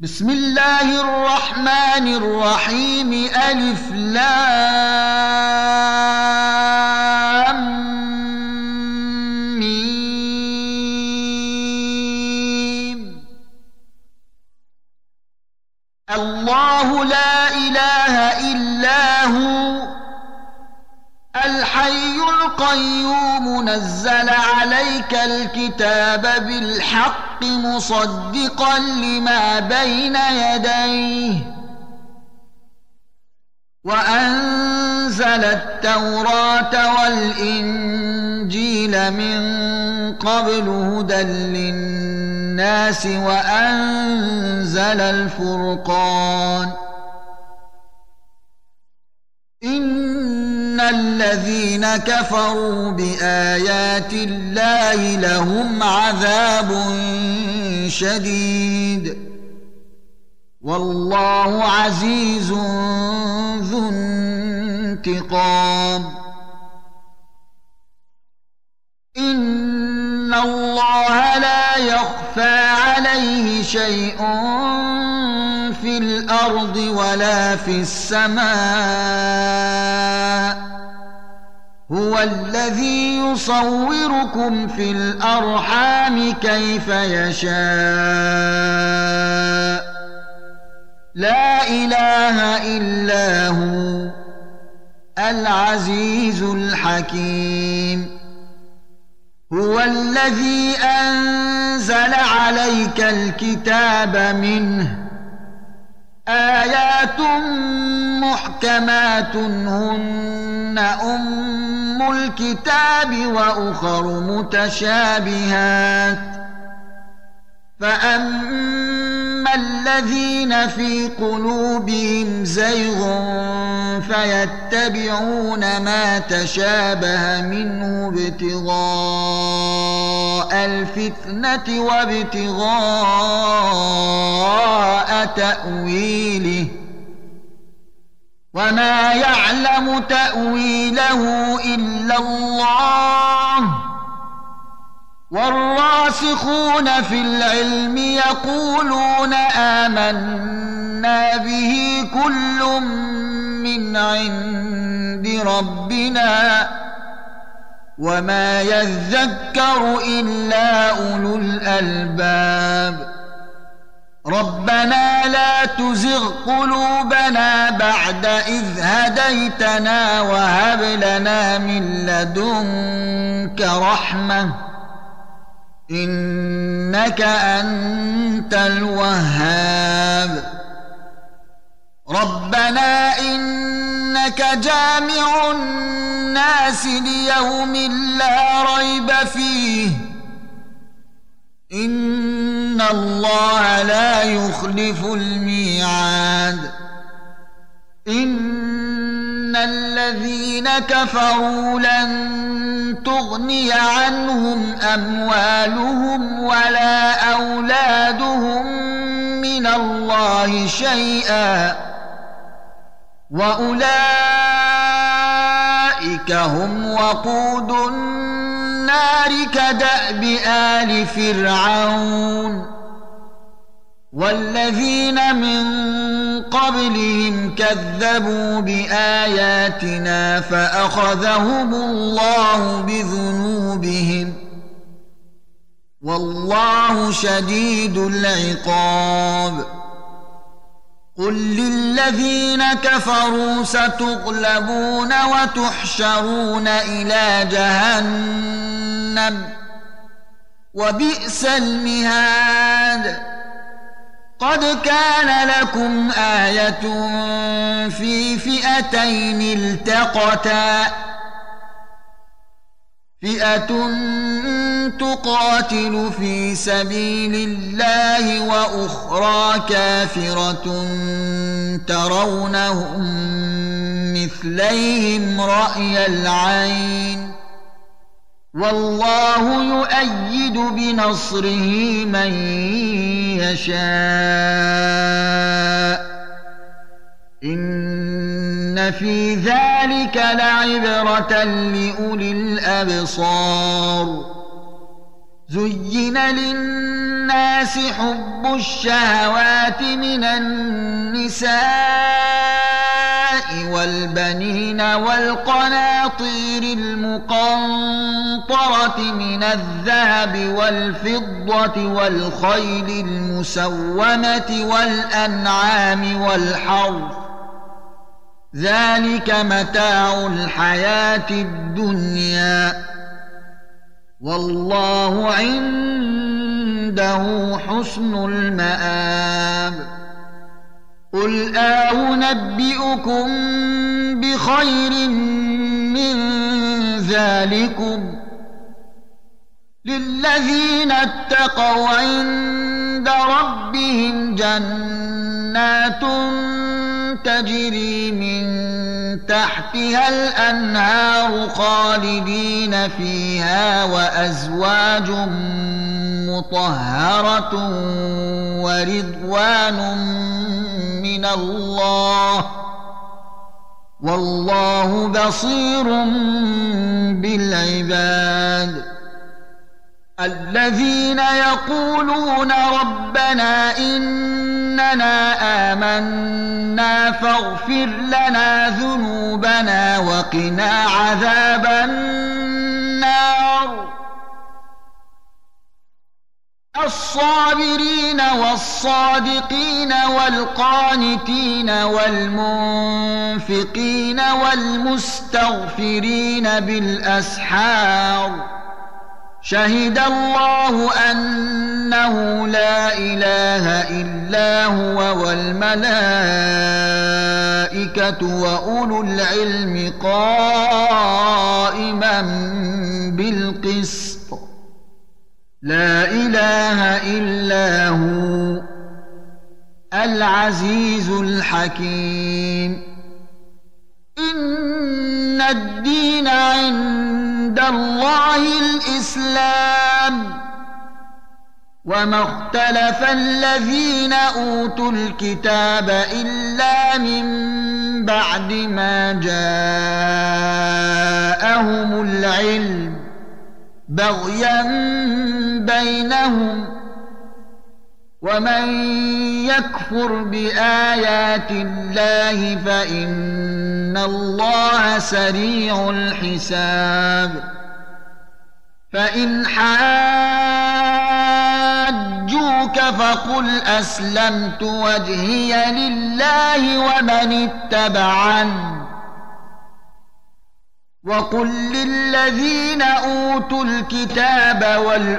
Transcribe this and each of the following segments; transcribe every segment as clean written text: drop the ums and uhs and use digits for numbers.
بسم الله الرحمن الرحيم ألف لام ميم. الله لا إله إلا هو الحي القيوم نزل عليك الكتاب بالحق مصدقا لما بين يديه وأنزل التوراة والإنجيل من قبل هدى للناس وأنزل الفرقان إن الذين كفروا بآيات الله لهم عذاب شديد والله عزيز ذو انتقام. إن الله لا يخفى عليه شيء في الأرض ولا في السماء هو الذي يصوركم في الأرحام كيف يشاء لا إله إلا هو العزيز الحكيم. هو الذي أنزل عليك الكتاب منه آيات محكمات هن أم الكتاب وأخر متشابهات فأما الذين في قلوبهم زيغ فيتبعون ما تشابه منه ابتغاء الفتنة وابتغاء تأويله وما يعلم تأويله إلا الله والراسخون في العلم يقولون آمنا به كل من عند ربنا وما يذكر إلا أولو الألباب. ربنا لا تزغ قلوبنا بعد إذ هديتنا وهب لنا من لدنك رحمة إنك أنت الوهاب. ربنا إنك جامع الناس ليوم لا ريب فيه إن الله لا يخلف الميعاد. إن الذين كفروا لن تغني عنهم أموالهم ولا أولادهم من الله شيئا وأولئك هم وقود النار كدأب آل فرعون والذين من قبلهم كذبوا بآياتنا فأخذهم الله بذنوبهم والله شديد العقاب. قل للذين كفروا ستغلبون وتحشرون إلى جهنم وبئس المهاد. قد كان لكم آية في فئتين التقتا فئة تقاتل في سبيل الله وأخرى كافرة ترونهم مثليهم رأي العين والله يؤيد بنصره من يشاء إن في ذلك لعبرة لأولي الأبصار. زين للناس حب الشهوات من النساء والبنين والقناطير المقنطرة من الذهب والفضة والخيل المسومة والأنعام والحرث ذلك متاع الحياة الدنيا والله عنده حسن المآب قل أنبئكم بخير من ذلكم للذين اتقوا عند ربهم جنات تجري من تحتها الأنهار خالدين فيها وأزواج مطهرة ورضوان من الله والله بصير بالعباد الذين يقولون ربنا إننا آمنا فاغفر لنا ذنوبنا وقنا عذاب النار الصابرين والصادقين والقانتين والمنفقين والمستغفرين بالأسحار شهد الله أنه لا إله إلا هو والملائكة وأولو العلم قائما بالقسط لا إله إلا هو العزيز الحكيم إن الدين عند الله الإسلام وما اختلف الذين أوتوا الكتاب إلا من بعد ما جاءهم العلم بغيا بينهم ومن يكفر بآيات الله فإن الله سريع الحساب فإن حاجوك فقل أسلمت وجهي لله ومن اتبعني وقل للذين أوتوا الكتاب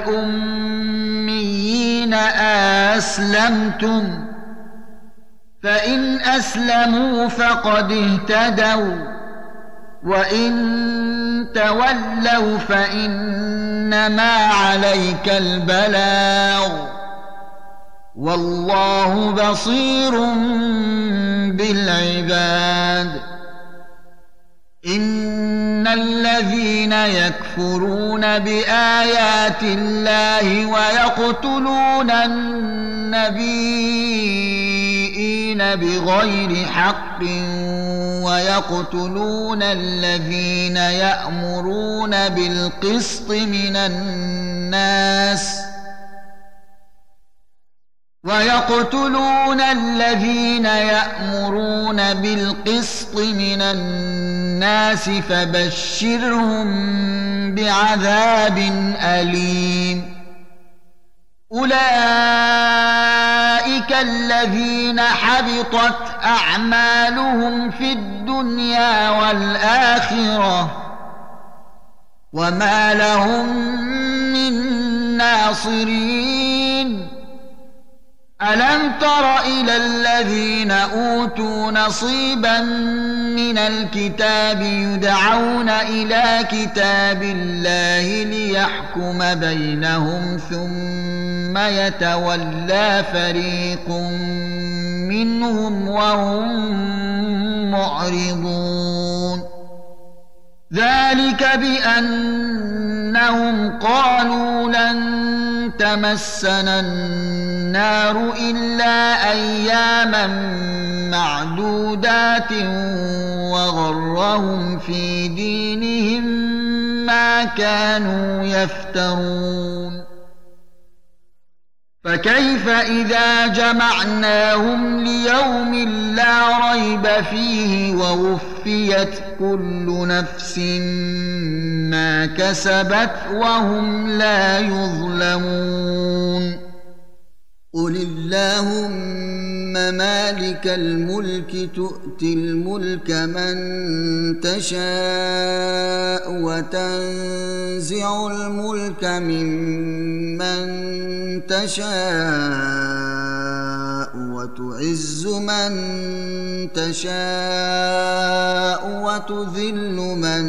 والأميين أسلمتم فإن أسلموا فقد اهتدوا وإن تولوا فإنما عليك البلاغ والله بصير بالعباد إن الذين يكفرون بآيات الله ويقتلون النبيين بغير حق ويقتلون الذين يأمرون بالقسط من الناس فبشرهم بعذاب أليم أولئك الذين حبطت أعمالهم في الدنيا والآخرة وما لهم من ناصرين ألم تر إلى الذين أوتوا نصيبا من الكتاب يدعون إلى كتاب الله ليحكم بينهم ثم يتولى فريق منهم وهم معرضون ذلك بأنهم قالوا لن تمسنا النار إلا أياما معدودات وغرهم في دينهم ما كانوا يفترون فكيف إذا جمعناهم ليوم لا ريب فيه ووفيت كل نفس ما كسبت وهم لا يظلمون قل اللهم مالك الملك تؤتي الملك من تشاء وتنزع الملك ممن تشاء وتعز من تشاء وتذل من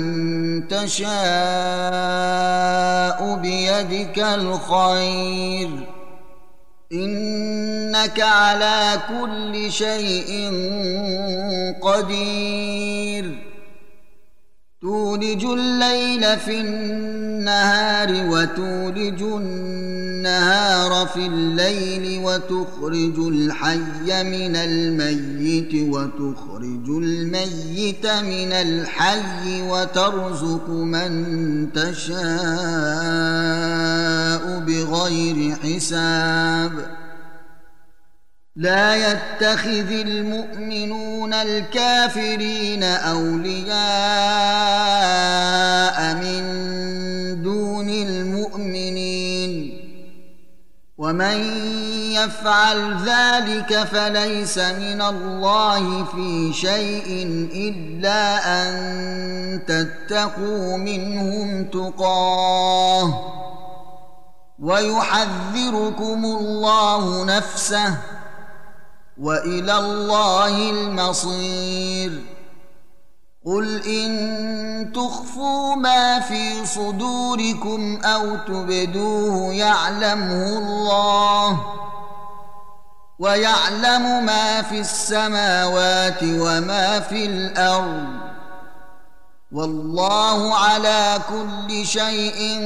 تشاء بيدك الخير إنك على كل شيء قدير تولج الليل في النهار وتولج النهار في الليل وتخرج الحي من الميت وتخرج الميت من الحي وترزق من تشاء بغير حساب لا يتخذ المؤمنون الكافرين أولياء من دون المؤمنين ومن يفعل ذلك فليس من الله في شيء إلا أن تتقوا منهم تقاه ويحذركم الله نفسه وإلى الله المصير قل إن تخفوا ما في صدوركم أو تبدوه يعلمه الله ويعلم ما في السماوات وما في الأرض والله على كل شيء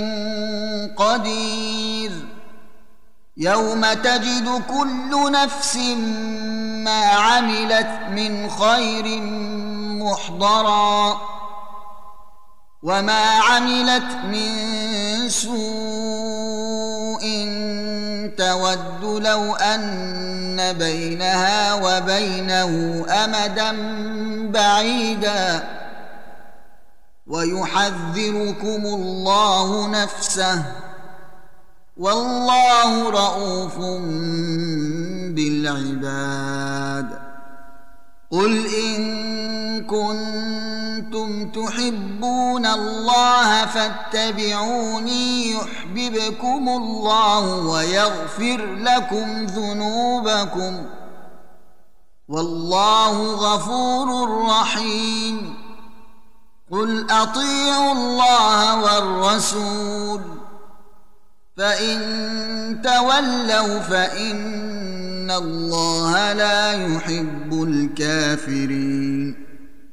قدير يوم تجد كل نفس ما عملت من خير محضرا وما عملت من سوء تود لو أن بينها وبينه أمدا بعيدا ويحذركم الله نفسه والله رؤوف بالعباد قل إن كنتم تحبون الله فاتبعوني يحببكم الله ويغفر لكم ذنوبكم والله غفور رحيم قل أطيعوا الله والرسول فإن تولوا فإن الله لا يحب الكافرين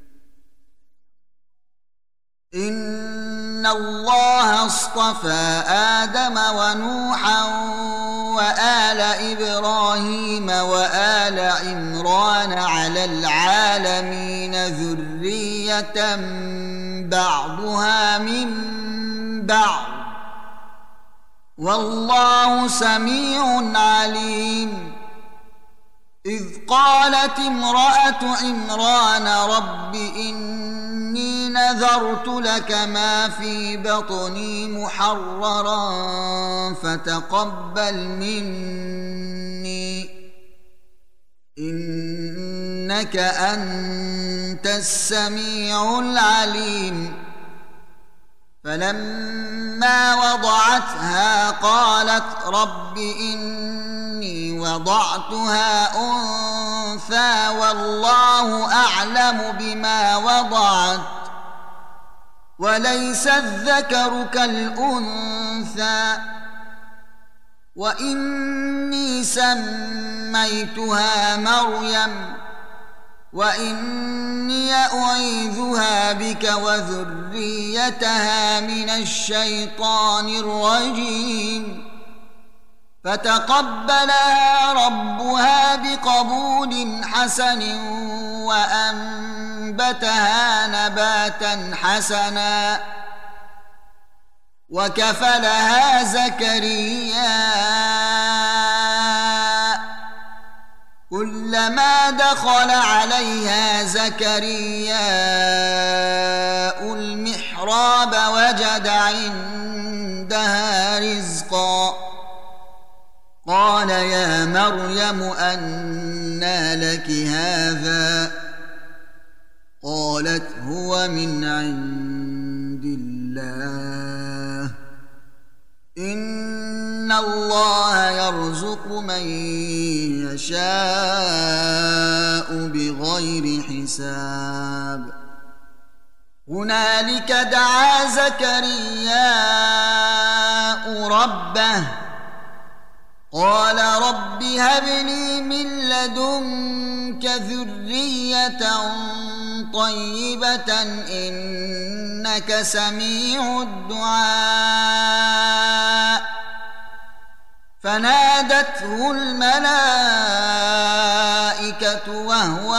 إن الله اصطفى آدم ونوحا وآل إبراهيم وآل عمران على العالمين ذرية بعضها من بعض والله سميع عليم إذ قالت امرأة عمران رب إني نذرت لك ما في بطني محررا فتقبل مني إنك أنت السميع العليم فلما وضعتها قالت رب إني وضعتها أنثى والله أعلم بما وضعت وليس الذكر كالأنثى وإني سميتها مريم وإني أعيذها بك وذريتها من الشيطان الرجيم فتقبلها ربها بقبول حسن وأنبتها نباتا حسنا وكفلها زكريا كلما دخل عليها زكرياء المحراب وجد عندها رزقا قال يا مريم أنى لك هذا قالت هو من عند الله إن الله يرزق من يشاء بغير حساب هنالك دعا زكرياء ربه قال رب هب لي من لدنك ذرية طيبة إنك سميع الدعاء فنادته الملائكة وهو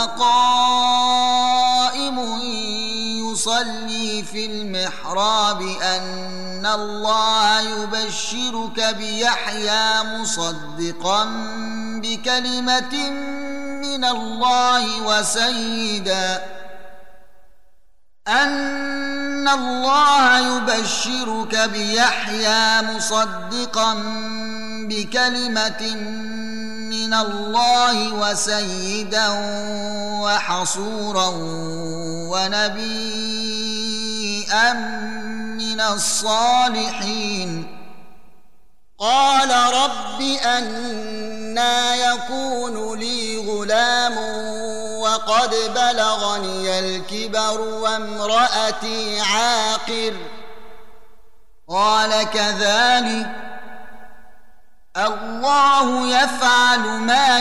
قائم يصلي في المحراب أن الله يبشرك بيحيى مصدقا بكلمة من الله وسيدا أن الله يبشرك بيحيى مصدقا بكلمة من الله وسيدا وحصورا ونبيا من الصالحين قال رب أنى يكون لي غلام وقد بلغني الكبر وامرأتي عاقر قال كذلك الله يفعل ما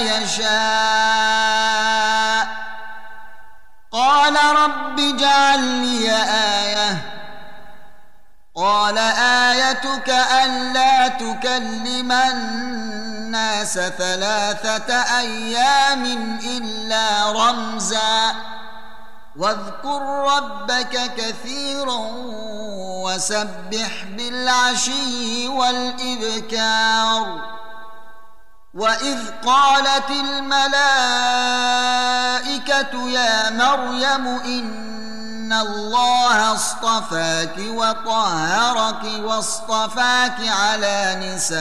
يشاء قال رب اجعل لي آية قال آيتك ألا تكلم الناس 3 أيام إلا رمزا واذكر ربك كثيرا وسبح بالعشي والإبكار وإذ قالت الملائكة يا مريم إن الله اصطفاك وطهرك واصطفاك على نساء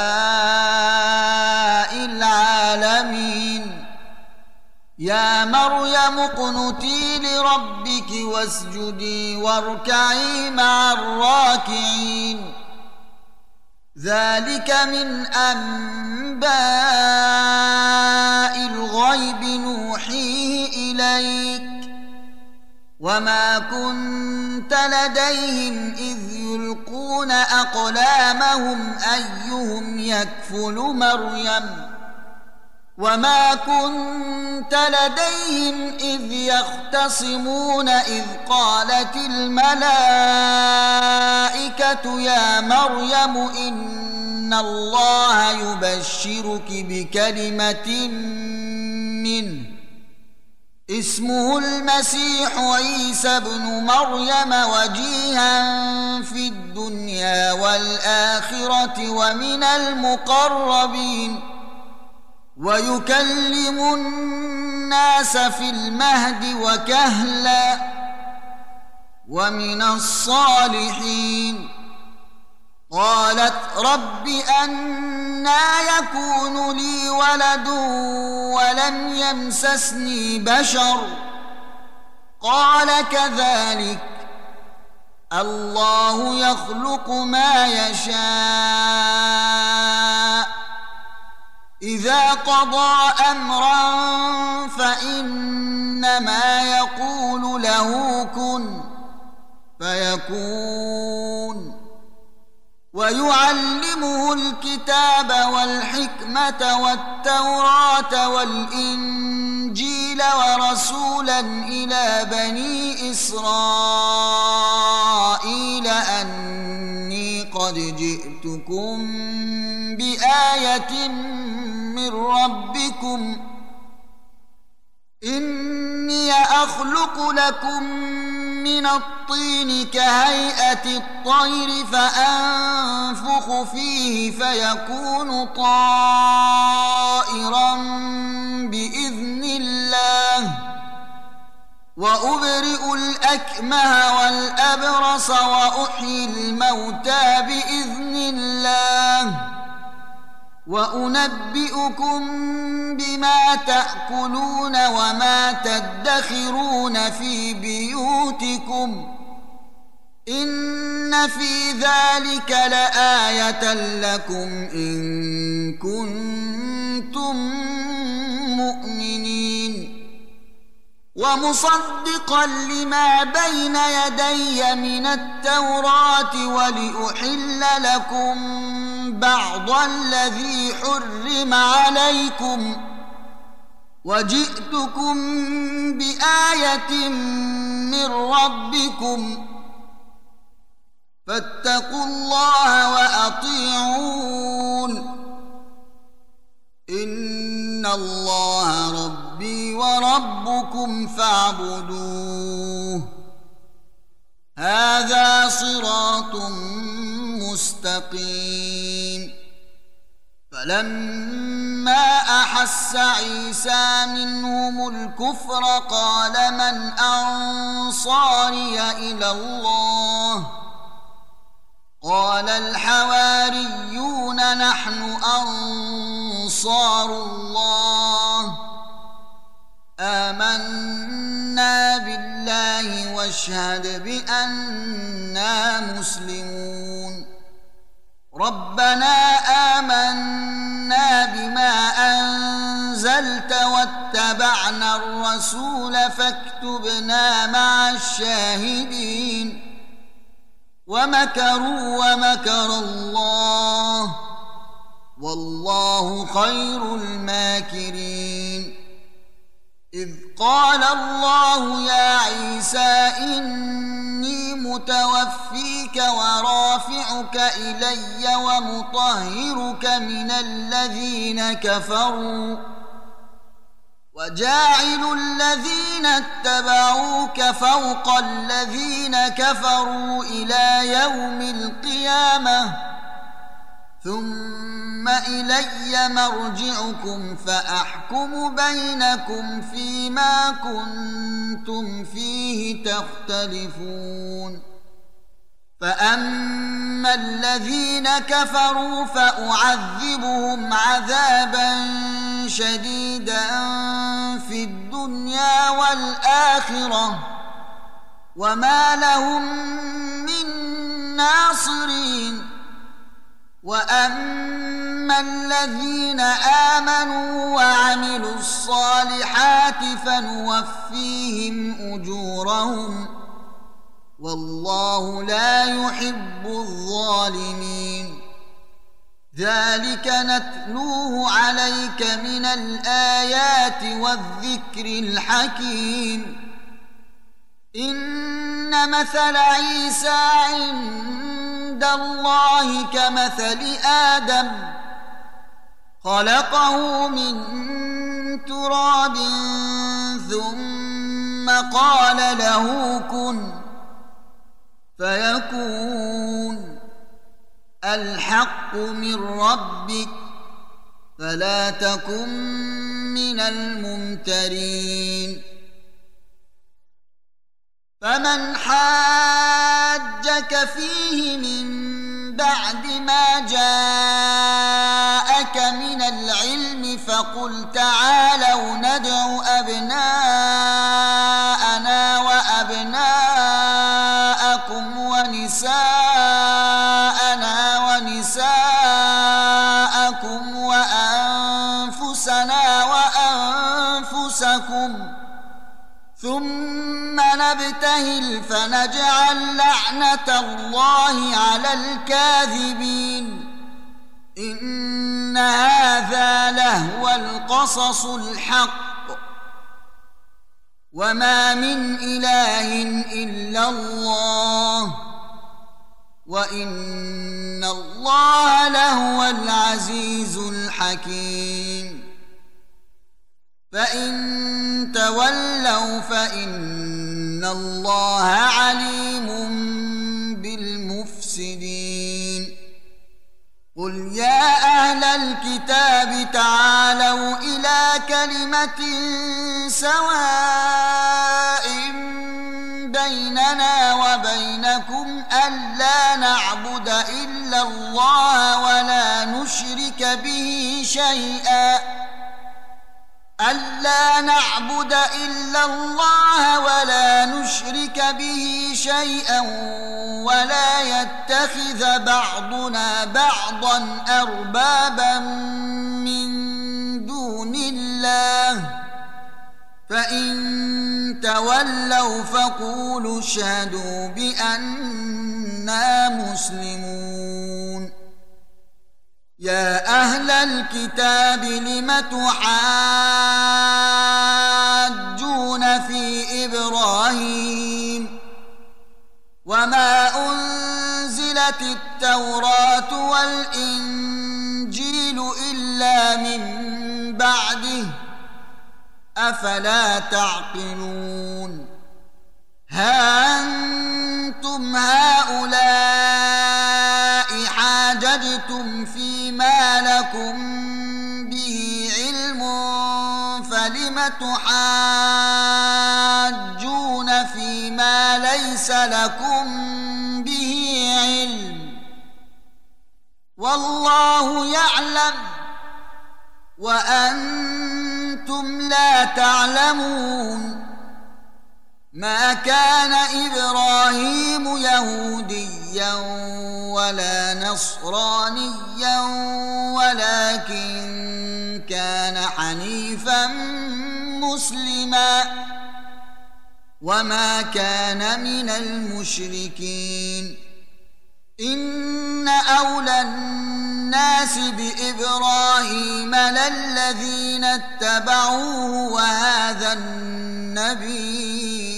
العالمين يا مريم اقنتي لربك واسجدي واركعي مع الراكعين ذلك من أنباء الغيب نوحيه إليك وما كنت لديهم إذ يلقون أقلامهم أيهم يكفل مريم وما كنت لديهم إذ يختصمون إذ قالت الملائكة يا مريم إن الله يبشرك بكلمة منه اسمه المسيح عيسى ابن مريم وجيها في الدنيا والآخرة ومن المقربين ويكلم الناس في المهد وكهلا ومن الصالحين قالت رب أنى يكون لي ولد ولم يمسسني بشر قال كذلك الله يخلق ما يشاء إذا قضى أمرا فإنما يقول له كن فيكون ويعلمه الكتاب والحكمة والتوراة والإنجيل ورسولا إلى بني إسرائيل أني قد جئتكم بآية من ربكم إني أخلق لكم من الطين كهيئة الطير فأنفخ فيه فيكون طائرا بإذن الله وأبرئ الأكمه والأبرص وأحيي الموتى بإذن الله وأنبئكم بما تأكلون وما تدخرون في بيوتكم إن في ذلك لآية لكم إن كنتم مؤمنين ومصدقا لما بين يدي من التوراة ولأحل لكم بعض الذي حرم عليكم وجئتكم بآية من ربكم فاتقوا الله وأطيعون إن الله ربي وربكم فاعبدوه هذا صراط مستقيم فلما أحس عيسى منهم الكفر قال من أنصاري إلى الله قال الحواريون نحن أنصار الله آمنا بالله واشهد بأننا مسلمون ربنا آمنا بما أنزلت واتبعنا الرسول فاكتبنا مع الشاهدين ومكروا ومكر الله والله خير الماكرين إذ قال الله يا عيسى إني متوفيك ورافعك إلي ومطهرك من الذين كفروا وجاعل الذين اتبعوك فوق الذين كفروا إلى يوم القيامة ثم إلي مرجعكم فأحكم بينكم فيما كنتم فيه تختلفون فأما الذين كفروا فأعذبهم عذابا شديدا في الدنيا والآخرة وما لهم من ناصرين وأما الذين آمنوا وعملوا الصالحات فنوفيهم أجورهم والله لا يحب الظالمين ذلك نتلوه عليك من الآيات والذكر الحكيم إن مثل عيسى عند الله كمثل آدم خلقه من تراب ثم قال له كن فيكون الحق من ربك فلا تكن من الممترين فمن حاجك فيه من بعد ما جاءك من العلم فقل تعالوا ندع أبناءنا وأبناءكم ونساءنا ونساءكم وأنفسنا وأنفسكم ثم نبتهل فنجعل لعنة الله على الكاذبين إن هذا لهو القصص الحق وما من إله إلا الله وإن الله لهو العزيز الحكيم فإن تولوا فإن إن الله عليم بالمفسدين قل يا أهل الكتاب تعالوا إلى كلمة سواء بيننا وبينكم ألا نعبد إلا الله ولا نشرك به شيئا ولا يتخذ بعضنا بعضا أربابا من دون الله فإن تولوا فقولوا اشهدوا بأننا مسلمون يا أهل الكتاب لم تحاجون في إبراهيم وما أنزلت التوراة والإنجيل إلا من بعده أفلا تعقلون ها أنتم هؤلاء حاججتم فيما لكم به علم فلم تحاجون فيما ليس لكم به علم والله يعلم وأنتم لا تعلمون ما كان إبراهيم يهوديا ولا نصرانيا ولكن كان حنيفا مسلما وما كان من المشركين إن أولى الناس بإبراهيم للذين اتبعوه وهذا النبي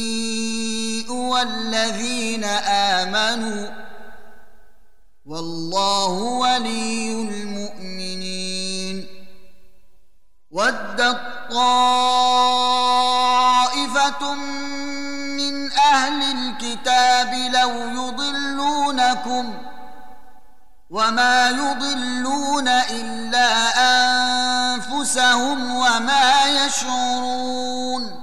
والذين آمنوا والله ولي المؤمنين ودت طائفة من أهل الكتاب لو يضلونكم وما يضلون إلا أنفسهم وما يشعرون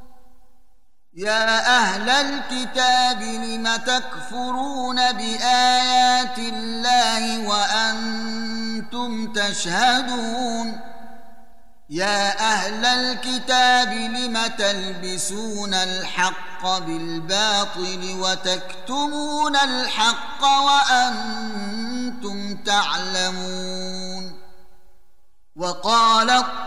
يا أهل الكتاب لم تكفرون بآيات الله وأنتم تشهدون يا أهل الكتاب لم تلبسون الحق بالباطل وتكتمون الحق وأنتم تعلمون وقالت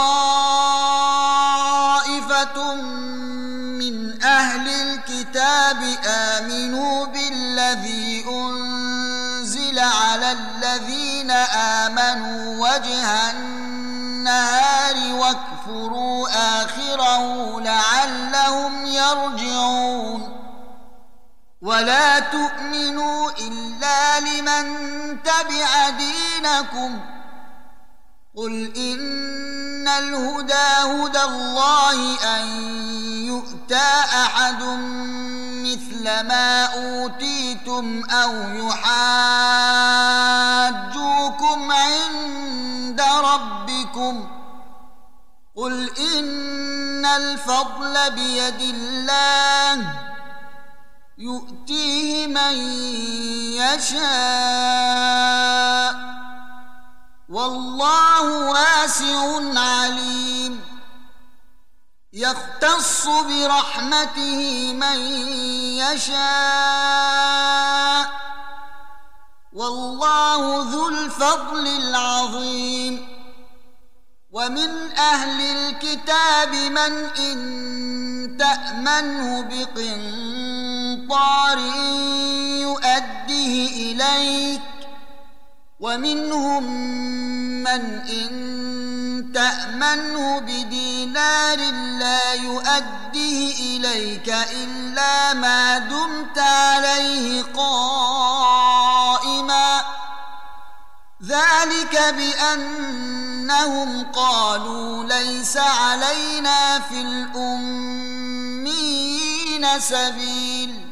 طائفة من أهل الكتاب آمنوا بالذي أنزل على الذين آمنوا وجه النهار واكفروا آخره لعلهم يرجعون ولا تؤمنوا إلا لمن تبع دينكم قل إن الهدى هدى الله أن يؤتى أحد مثل ما أوتيتم أو يحاجوكم عند ربكم قل إن الفضل بيد الله يؤتيه من يشاء والله واسع عليم يختص برحمته من يشاء والله ذو الفضل العظيم ومن أهل الكتاب من إن تأمنه بقنطار يؤديه إليك ومنهم من إن تأمنه بدينار لا يؤديه إليك إلا ما دمت عليه قائما ذلك بأنهم قالوا ليس علينا في الأمين سبيل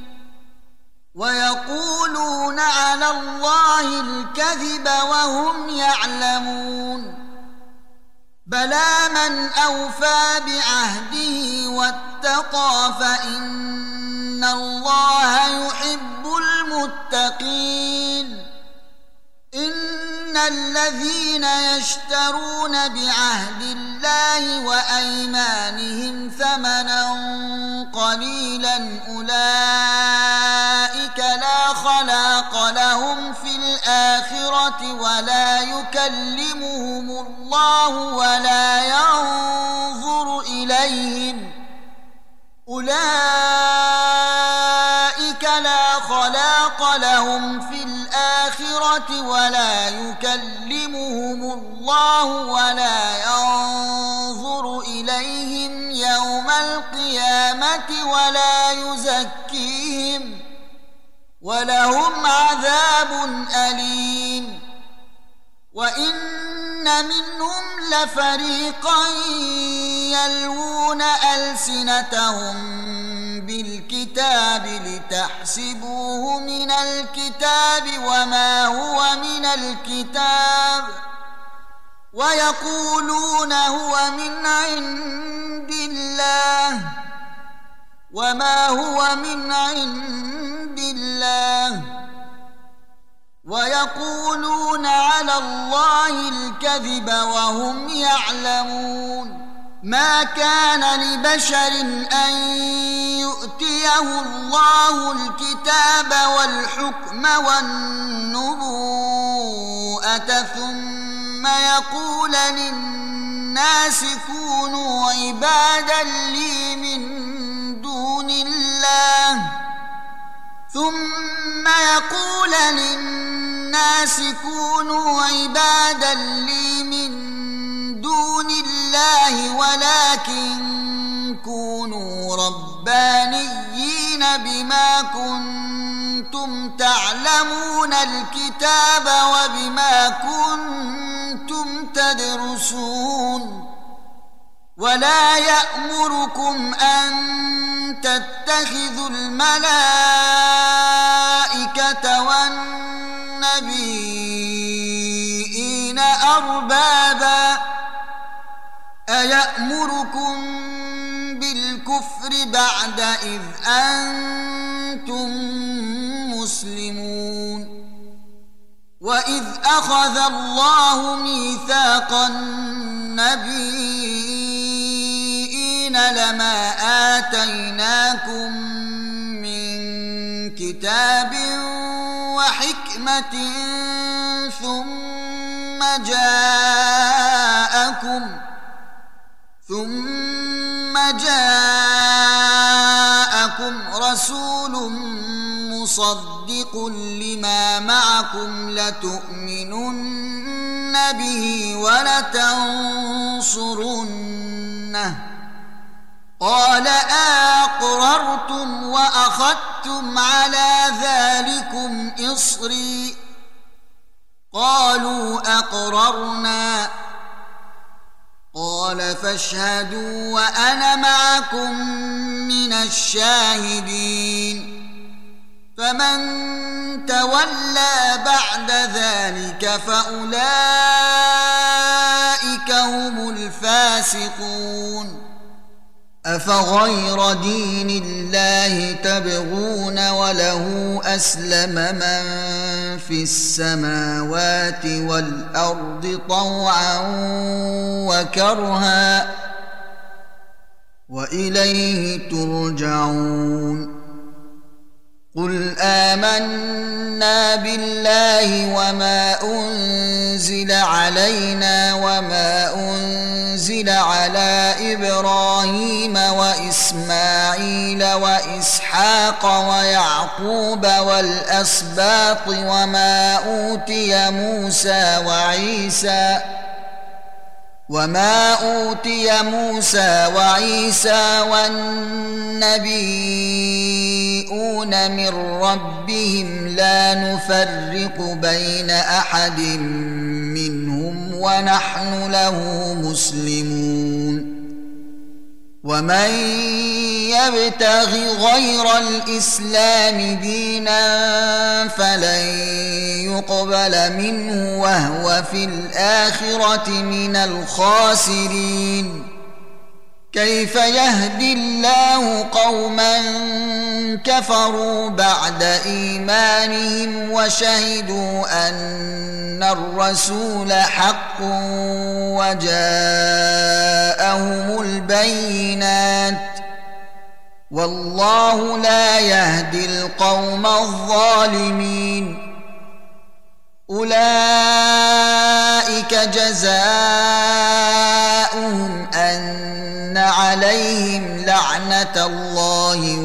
ويقولون على الله الكذب وهم يعلمون بلى من أوفى بعهده واتقى فإن الله يحب المتقين إن الذين يشترون بعهد الله وأيمانهم ثمنا قليلا أولئك لا خلاق لهم في الآخرة ولا يكلمهم الله ولا ينظر إليهم أولئك لا خلاق لهم في الآخرة ولا يكلمهم الله ولا ينظر إليهم يوم القيامة ولا يزكيهم ولهم عذاب أليم وإن منهم لفريقا يلوون ألسنتهم بالكتاب لتحسبوه من الكتاب وما هو من الكتاب ويقولون هو من عند الله وما هو من عند الله ويقولون على الله الكذب وهم يعلمون ما كان لبشر أن يؤتيه الله الكتاب والحكم والنبوءة ثم يقول للناس كونوا عبادا لي من دون الله ثم يقول للناس كونوا عبادا لي من دون الله ولكن كونوا ربانيين بما كنتم تعلمون الكتاب وبما كنتم تدرسون ولا يأمركم أن تتخذوا الملائكة والنبيين أربابا أيأمركم بالكفر بعد إذ أنتم مسلمون وإذ أخذ الله ميثاق النبيين لما آتيناكم من كتاب وحكمة ثم جاءكم رسول مصدق لما معكم لتؤمنن به ولتنصرنه قال أقررتم وأخذتم على ذلكم إصري قالوا أقررنا قال فاشهدوا وأنا معكم من الشاهدين فمن تولى بعد ذلك فأولئك هم الفاسقون أفغير دين الله تبغون وله أسلم من في السماوات والأرض طوعا وكرها وإليه ترجعون قل آمنا بالله وما أنزل علينا وما أنزل على إبراهيم وإسماعيل وإسحاق ويعقوب والأسباط وما أوتي موسى وعيسى والنبيون من ربهم لا نفرق بين أحد منهم ونحن له مسلمون ومن يبتغ غير الإسلام دينا فلن يقبل منه وهو في الآخرة من الخاسرين. كيف يهدي الله قوما كفروا بعد إيمانهم وشهدوا أن الرسول حق وجاءهم البينات والله لا يهدي القوم الظالمين. أولئك جزاؤهم أن عليهم لعنة الله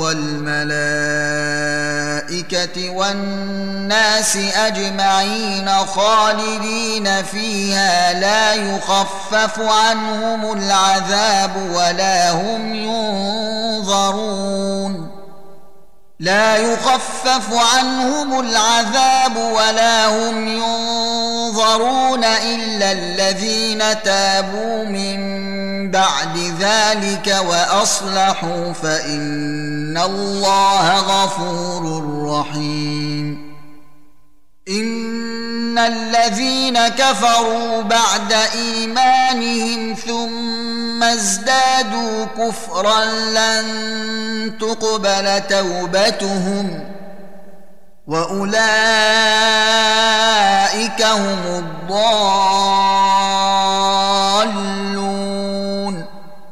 والملائكة والناس أجمعين خالدين فيها لا يخفف عنهم العذاب ولا هم ينظرون. لا يخفف عنهم العذاب ولا هم ينظرون إلا الذين تابوا من بعد ذلك وأصلحوا فإن الله غفور رحيم. إن الذين كفروا بعد إيمانهم ثم ازدادوا كفرا لن تقبل توبتهم وأولئك هم الضالون.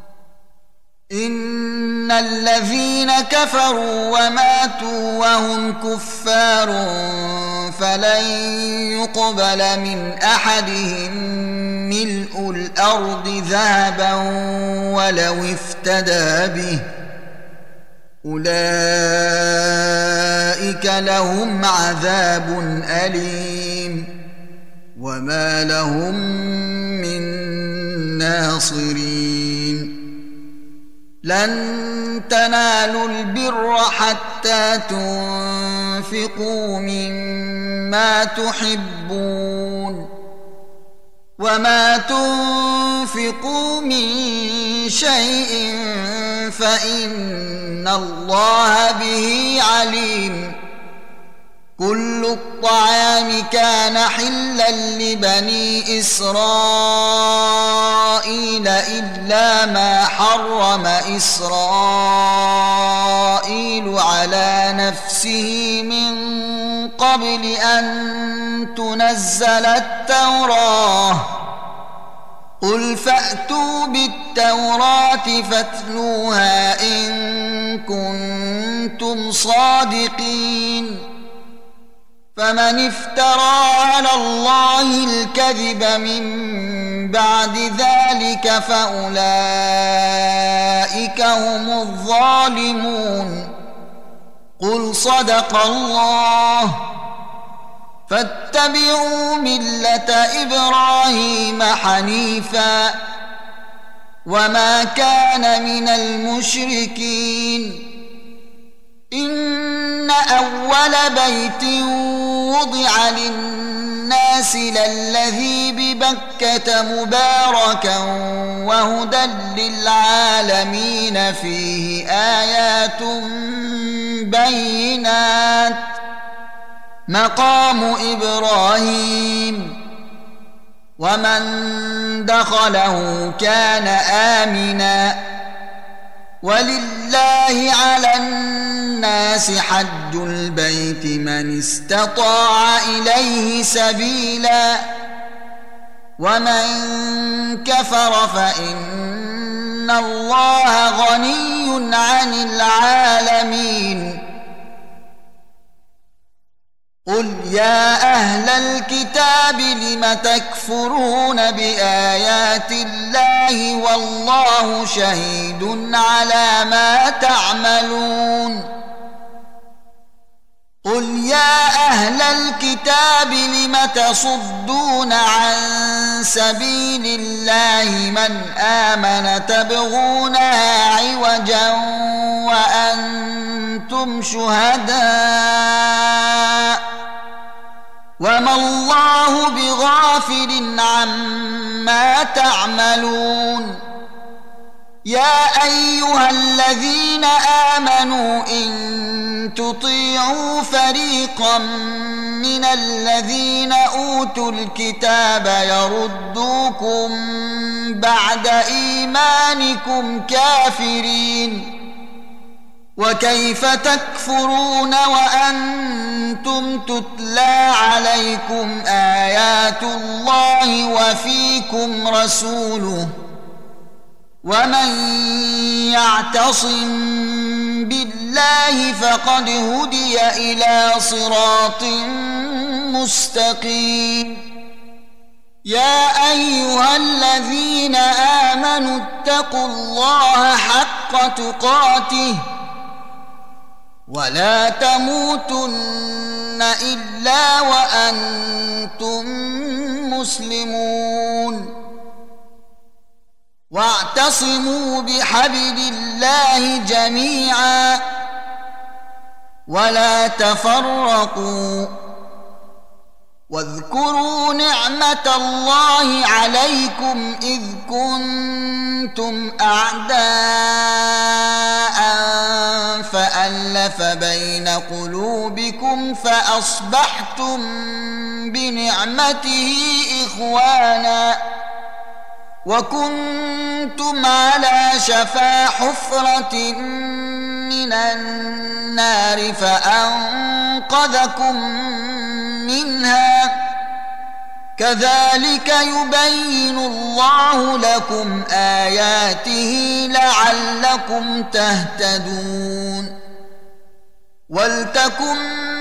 إن الذين كفروا وماتوا وهم كفار فلن يقبل من أحدهم ملء الأرض ذهبا ولو افتدى به أولئك لهم عذاب أليم وما لهم من ناصرين. لن تنالوا البر حتى تنفقوا مما تحبون وما تنفقوا من شيء فإن الله به عليم. كل الطعام كان حلا لبني إسرائيل إلا ما حرم إسرائيل على نفسه من قبل أن تنزل التوراة. قل فأتوا بالتوراة فاتلوها إن كنتم صادقين. فمن افترى على الله الكذب من بعد ذلك فأولئك هم الظالمون. قل صدق الله فاتبعوا ملة إبراهيم حنيفا وما كان من المشركين. إن أول بيت وضع للناس للذي ببكة مباركا وهدى للعالمين فيه آيات بينات مقام إبراهيم ومن دخله كان آمنا ولله على الناس حج البيت من استطاع إليه سبيلا ومن كفر فإن الله غني عن العالمين. قل يا أهل الكتاب لم تكفرون بآيات الله والله شهيد على ما تعملون. قل يا أهل الكتاب لم تصدون عن سبيل الله من آمن تبغونها عوجا وأنتم شهداء وما الله بغافل عما تعملون. يا أيها الذين آمنوا إن تطيعوا فريقا من الذين أوتوا الكتاب يردوكم بعد إيمانكم كافرين وكيف تكفرون وأنتم تتلى عليكم آيات الله وفيكم رسوله ومن يعتصم بالله فقد هدي إلى صراط مستقيم يا أيها الذين آمنوا اتقوا الله حق تقاته ولا تموتن إلا وأنتم مسلمون واعتصموا بحبل الله جميعا ولا تفرقوا واذكروا نعمة الله عليكم إذ كنتم أعداء فألف بين قلوبكم فأصبحتم بنعمته إخوانا وكنتم على شفا حفرة من النار فأنقذكم منها كذلك يبين الله لكم آياته لعلكم تهتدون ولتكن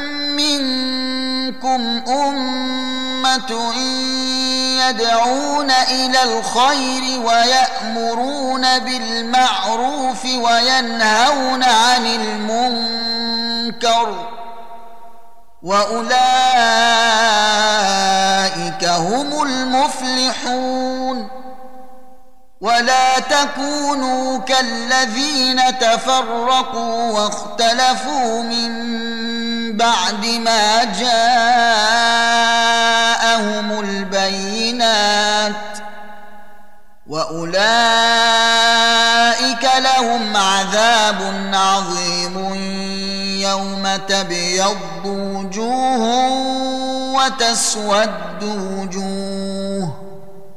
منكم أمة يدعون إلى الخير ويأمرون بالمعروف وينهون عن المنكر وأولئك هم المفلحون ولا تكونوا كالذين تفرقوا واختلفوا من بعد ما جاءهم البينات وأولئك لهم عذاب عظيم يوم تبيض وجوه وتسود وجوه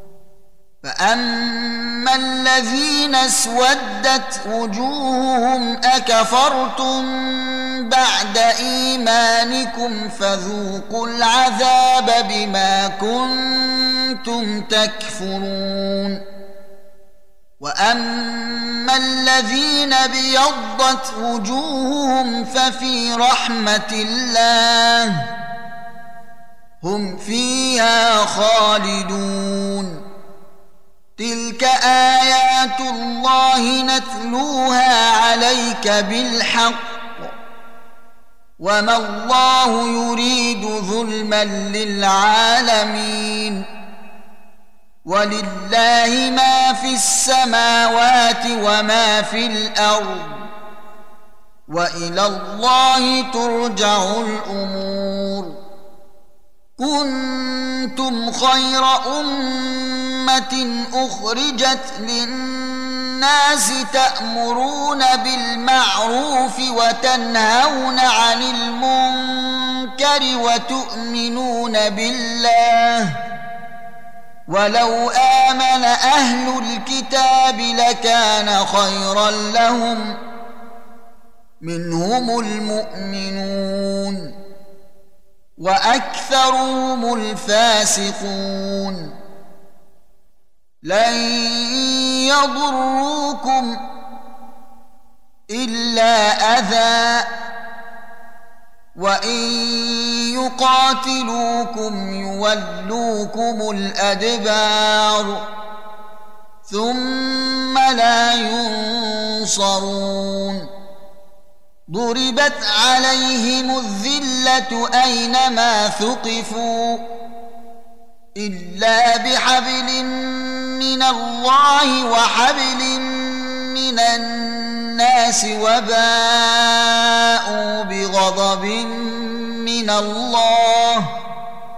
فأما الذين اسودت وجوههم أكفرتم بعد إيمانكم فذوقوا العذاب بما كنتم تكفرون وأما الذين ابيضت وجوههم ففي رحمة الله هم فيها خالدون تلك آيات الله نتلوها عليك بالحق وما الله يريد ظلما للعالمين ولله ما في السماوات وما في الأرض وإلى الله ترجع الأمور كنتم خير أمة أخرجت للناس تأمرون بالمعروف وتنهون عن المنكر وتؤمنون بالله ولو آمن أهل الكتاب لكان خيرا لهم منهم المؤمنون وأكثرهم الفاسقون لن يضروكم إلا أذى وإن يقاتلوكم يولوكم الأدبار ثم لا ينصرون ضربت عليهم الذلة أينما ثقفوا إلا بحبل من الله وحبل من الناس وباءوا بغضب من الله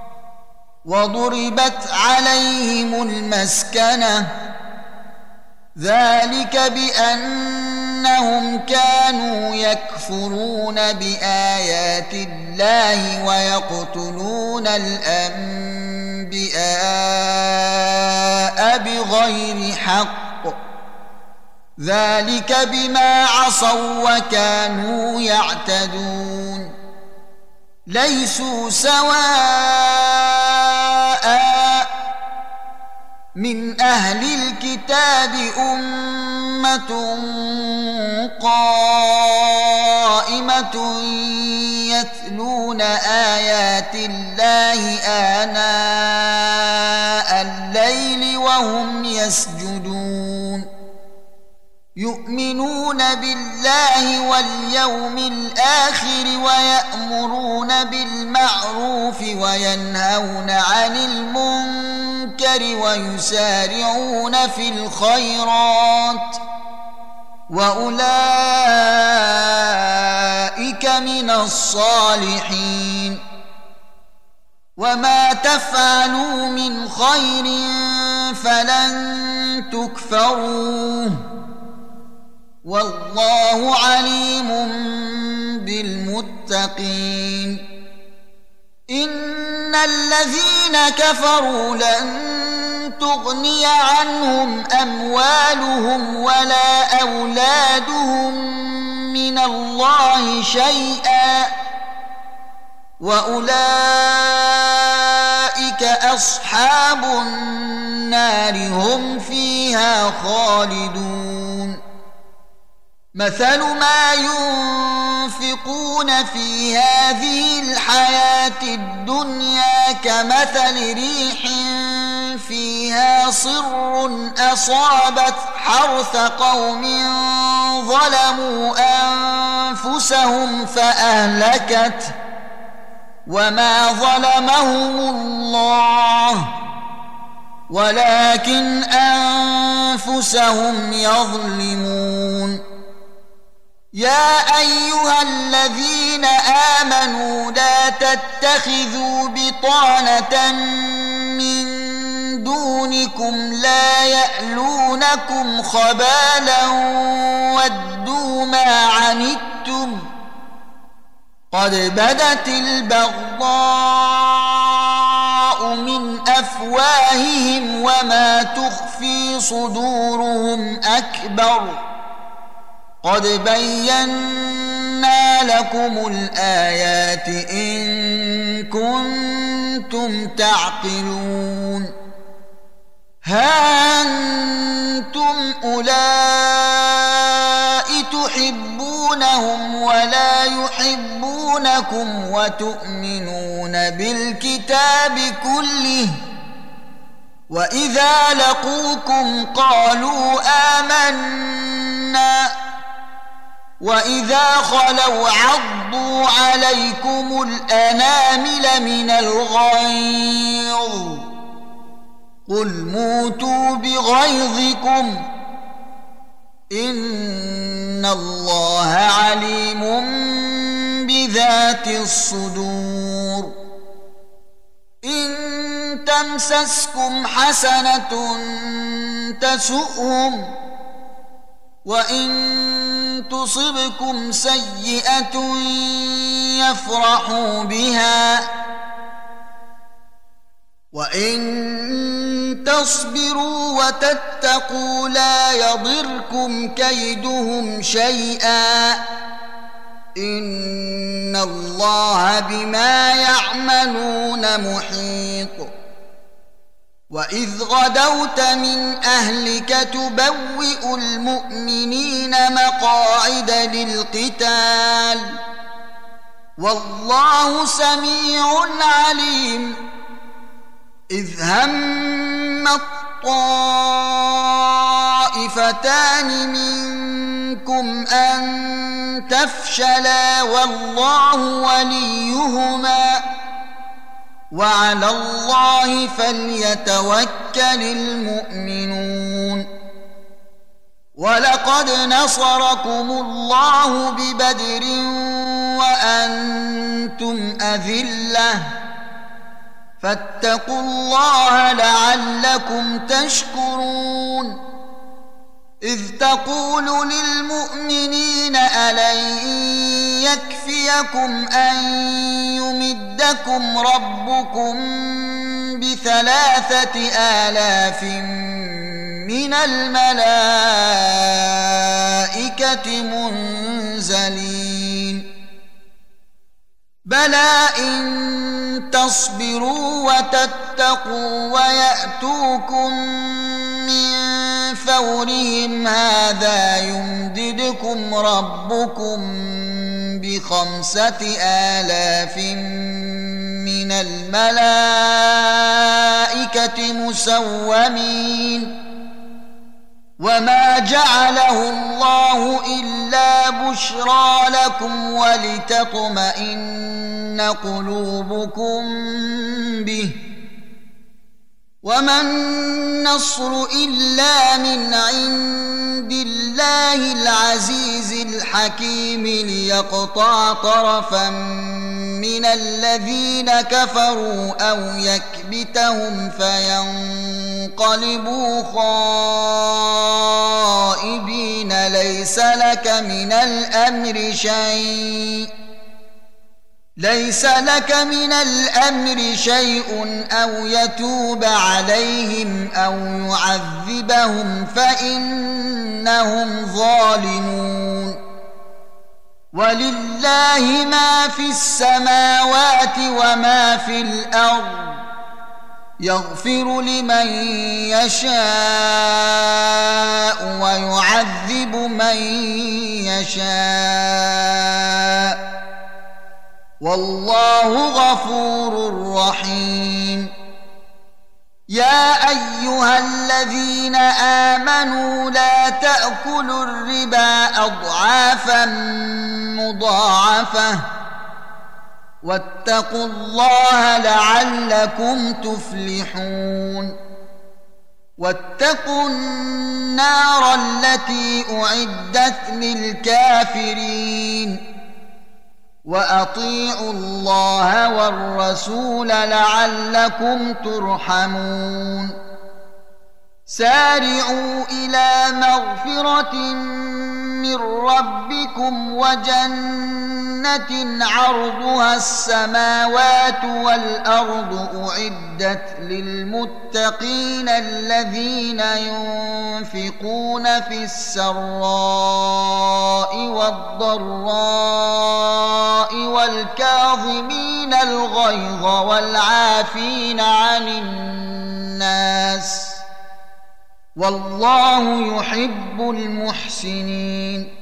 وضربت عليهم المسكنة ذلك بأنهم كانوا يكفرون بآيات الله ويقتلون الأنبياء بغير حق، ذلك بما عصوا وكانوا يعتدون. ليسوا سواء من أهل الكتاب أمة قائمة يتلون آيات الله آناء الليل وهم يسجدون، يؤمنون بالله واليوم الآخر ويأمرون بالمعروف وينهون عن المنكر ويسارعون في الخيرات، وأولئك من الصالحين. وما تفعلوا من خير فلن تكفروه، والله عليم بالمتقين. إن الذين كفروا لن تغني عنهم أموالهم ولا أولادهم من الله شيئا، وأولئك أصحاب النار هم فيها خالدون. مثل ما ينفقون في هذه الحياة الدنيا كمثل ريح فيها صر أصابت حرث قوم ظلموا أنفسهم فأهلكته، وما ظلمهم الله ولكن أنفسهم يظلمون. يا أيها الذين آمنوا لا تتخذوا بطانة من دونكم لا يألونكم خبالا ودوا ما عنتم قد بدت البغضاء من أفواههم وما تخفي صدورهم أكبر، قد بينا لكم الآيات إن كنتم تعقلون. ها أنتم أولئك تحبونهم ولا يحبونكم وتؤمنون بالكتاب كله، وإذا لقوكم قالوا آمنا وإذا خلوا عضوا عليكم الأنامل من الغيظ قل موتوا بغيظكم إن الله عليم بذات الصدور. إن تمسسكم حسنة تسؤهم وإن تصبكم سيئة يفرحوا بها وإن تصبروا وتتقوا لا يضركم كيدهم شيئا إن الله بما يعملون محيط. وإذ غدوت من أهلك تبوئ المؤمنين مقاعد للقتال والله سميع عليم. إذ هم الطائفتان منكم أن تفشلا والله وليهما وعلى الله فليتوكل المؤمنون. ولقد نصركم الله ببدر وأنتم أذلة فاتقوا الله لعلكم تشكرون. إذ تقول للمؤمنين ألن يكفيكم أن يمدكم ربكم ب3,000 من الملائكة منزلين بلى إن تصبروا وتتقوا ويأتوكم من فورهم هذا يمددكم ربكم ب5,000 من الملائكة مسومين وما جعله الله إلا بشرى لكم ولتطمئن قلوبكم به وما النصر إلا من عند الله العزيز الحكيم ليقطع طرفا من الذين كفروا أو يكبتهم فينقلبوا خائبين ليس لك من الأمر شيء أو يتوب عليهم أو يعذبهم فإنهم ظالمون ولله ما في السماوات وما في الأرض يغفر لمن يشاء ويعذب من يشاء والله غفور رحيم يا أيها الذين آمنوا لا تأكلوا الربا أضعافا مضاعفة واتقوا الله لعلكم تفلحون واتقوا النار التي أعدت للكافرين وأطيعوا الله والرسول لعلكم ترحمون سارعوا إلى مغفرة من ربكم وجنة عرضها السماوات والأرض أعدت للمتقين الذين ينفقون في السراء والضراء والكاظمين الغيظ والعافين عن الناس والله يحب المحسنين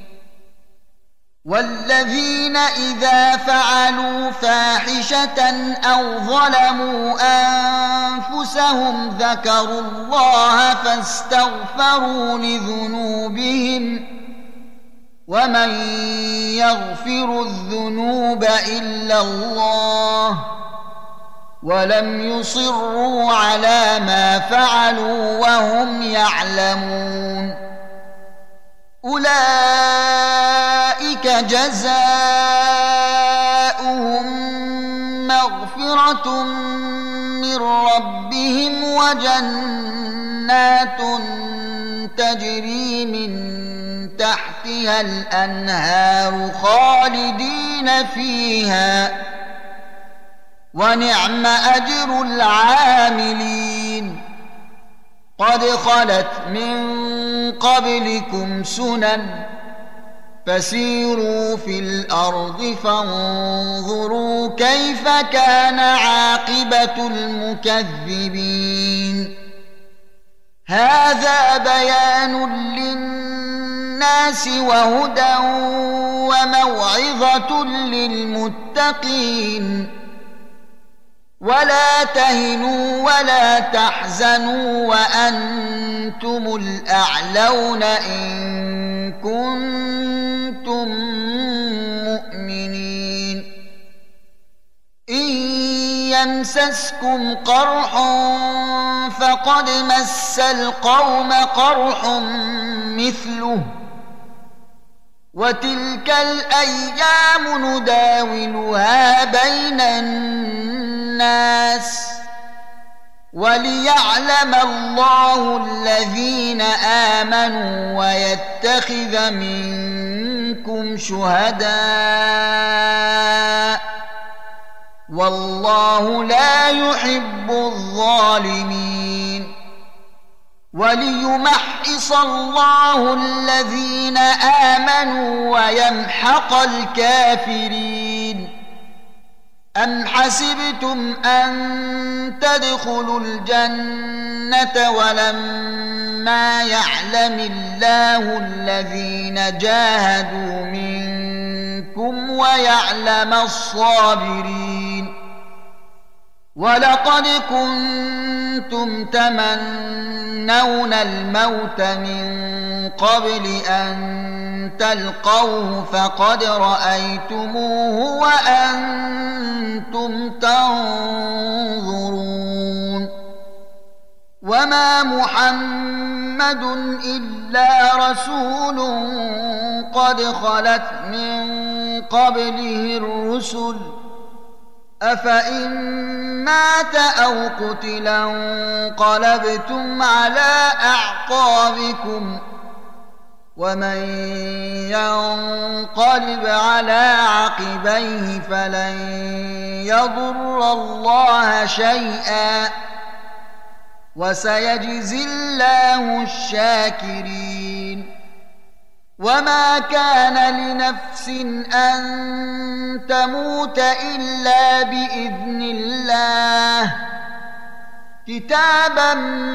والذين إذا فعلوا فاحشة أو ظلموا أنفسهم ذكروا الله فاستغفروا لذنوبهم ومن يغفر الذنوب إلا الله ولم يصروا على ما فعلوا وهم يعلمون أولئك جزاؤهم مغفرة من ربهم وجنات تجري من تحتها الأنهار خالدين فيها ونعم أجر العاملين قد خلت من قبلكم سنن فسيروا في الأرض فانظروا كيف كان عاقبة المكذبين هذا بيان للناس وهدى وموعظة للمتقين ولا تهنوا ولا تحزنوا وأنتم الأعلون إن كنتم مؤمنين إن يمسسكم قرح فقد مس القوم قرح مثله وتلك الأيام نداولها بين الناس وليعلم الله الذين آمنوا ويتخذ منكم شهداء والله لا يحب الظالمين وليمحص الله الذين آمنوا ويمحق الكافرين أم حسبتم أن تدخلوا الجنة ولما يعلم الله الذين جاهدوا منكم ويعلم الصابرين ولقد كنتم تمنون الموت من قبل أن تلقوه فقد رأيتموه وأنتم تنظرون وما محمد إلا رسول قد خلت من قبله الرسل أفإن مات أو قتلا انقلبتم على أعقابكم ومن ينقلب على عقبيه فلن يضر الله شيئا وسيجزي الله الشاكرين وما كان لنفس أن تموت إلا بإذن الله كتابا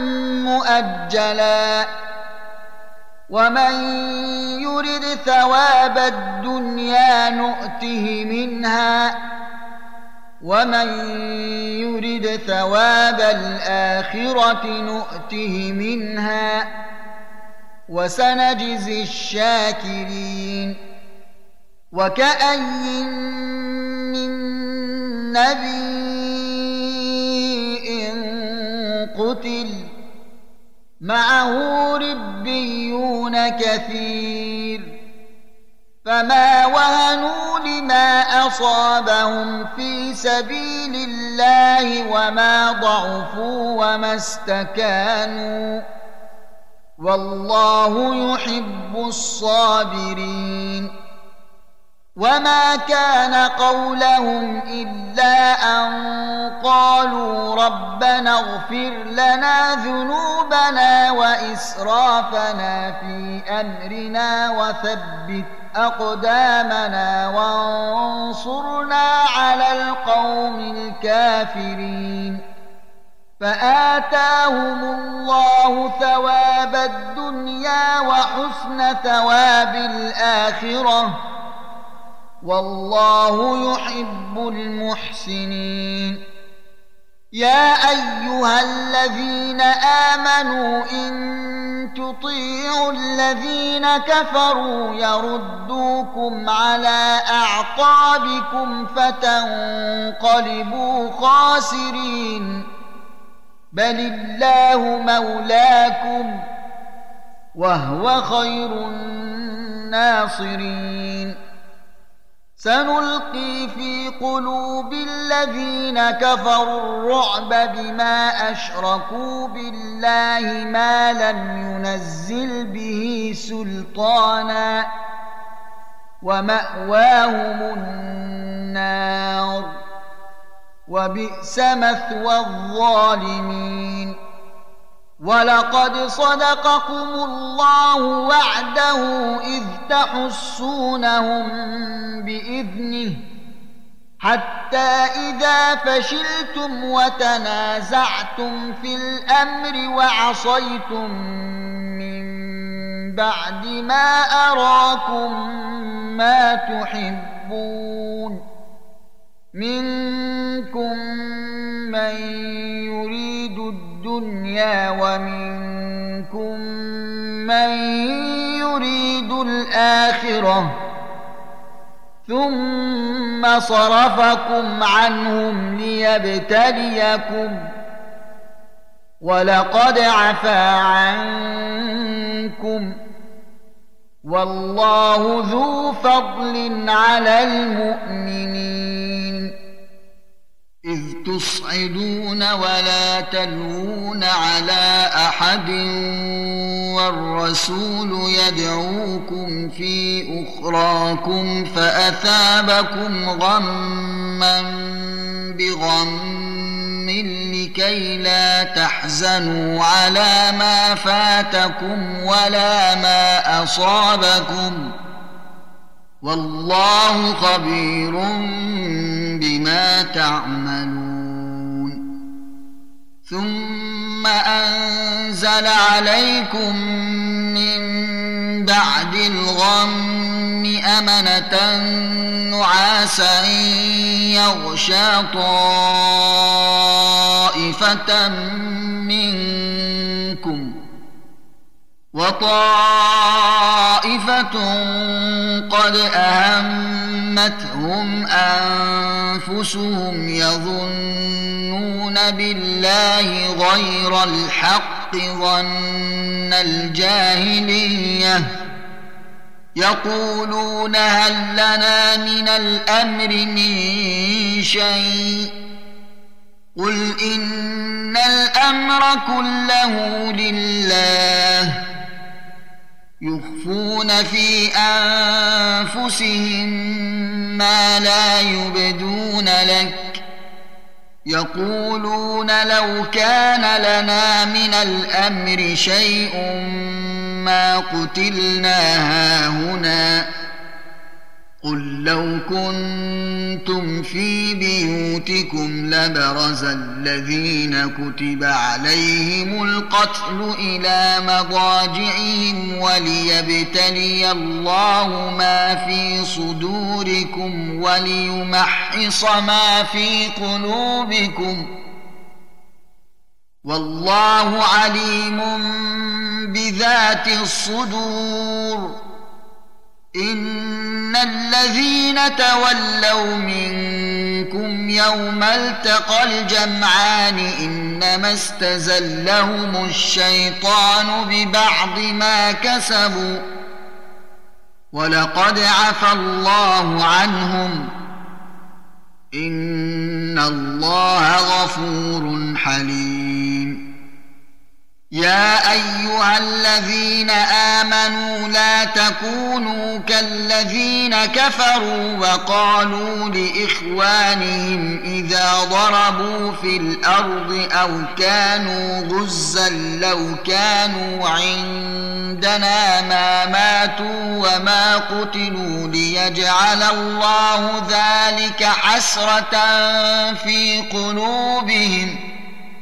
مؤجلا ومن يرد ثواب الدنيا نؤته منها ومن يرد ثواب الآخرة نؤته منها وسنجزي الشاكرين وكأي من نبي قتل معه ربيون كثير فما وهنوا لما أصابهم في سبيل الله وما ضعفوا وما استكانوا والله يحب الصابرين وما كان قولهم إلا أن قالوا ربنا اغفر لنا ذنوبنا وإسرافنا في أمرنا وثبت أقدامنا وانصرنا على القوم الكافرين فآتاهم الله ثواب الدنيا وحسن ثواب الآخرة والله يحب المحسنين يا أيها الذين آمنوا إن تطيعوا الذين كفروا يردوكم على أعقابكم فتنقلبوا خاسرين بل الله مولاكم وهو خير الناصرين سنلقي في قلوب الذين كفروا الرعب بما أشركوا بالله ما لم ينزل به سلطانا ومأواهم النار وبئس مثوى الظالمين ولقد صدقكم الله وعده إذ تحسونهم بإذنه حتى إذا فشلتم وتنازعتم في الأمر وعصيتم من بعد ما أراكم ما تحبون منكم من يريد الدنيا ومنكم من يريد الآخرة ثم صرفكم عنهم ليبتليكم ولقد عفا عنكم والله ذو فضل على المؤمنين إذ تصعدون ولا تلوون على أحد والرسول يدعوكم في أخراكم فأثابكم غما بغم لكي لا تحزنوا على ما فاتكم ولا ما أصابكم والله خبير بما تعملون ثم أنزل عليكم من بعد الغم أمنة نعاسا يغشى طائفة منكم وطائفة قد أهمتهم أنفسهم يظنون بالله غير الحق ظن الجاهلية يقولون هل لنا من الأمر من شيء قل إن الأمر كله لله يخفون في أنفسهم ما لا يبدون لك يقولون لو كان لنا من الأمر شيء ما قتلنا هاهنا قل لو كنتم في بيوتكم لبرز الذين كتب عليهم القتل إلى مضاجعهم وليبتلي الله ما في صدوركم وليمحص ما في قلوبكم والله عليم بذات الصدور إن الذين تولوا منكم يوم التقى الجمعان إنما استزلهم الشيطان ببعض ما كسبوا ولقد عفى الله عنهم إن الله غفور حليم يا أيها الذين آمنوا لا تكونوا كالذين كفروا وقالوا لإخوانهم إذا ضربوا في الأرض أو كانوا غزا لو كانوا عندنا ما ماتوا وما قتلوا ليجعل الله ذلك حسرة في قلوبهم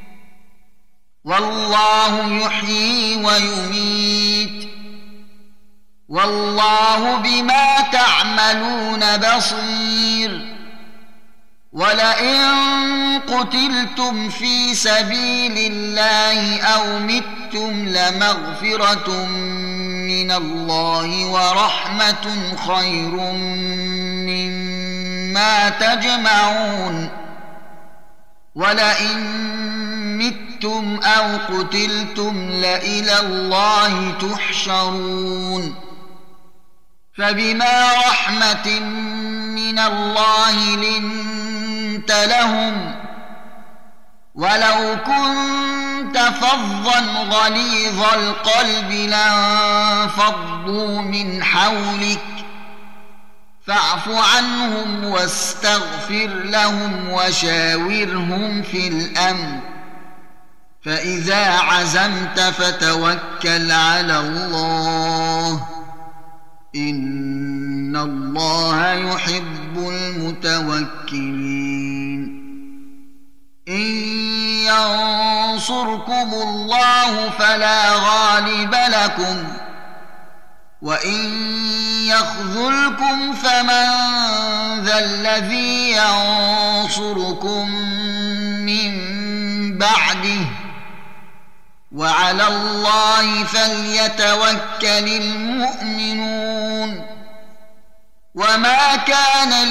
والله يحيي ويميت والله بما تعملون بصير ولئن قتلتم في سبيل الله أو متم لمغفرة من الله ورحمة خير مما تجمعون ولئن متم أو قتلتم لإلى الله تحشرون فبما رحمة من الله لنت لهم ولو كنت فظا غليظ القلب لانفضوا من حولك فاعف عنهم واستغفر لهم وشاورهم في الأمر فإذا عزمت فتوكل على الله إن الله يحب المتوكلين إن ينصركم الله فلا غالب لكم وإن يخذلكم فمن ذا الذي ينصركم من بعده وعلى الله فليتوكل المؤمنون وما كان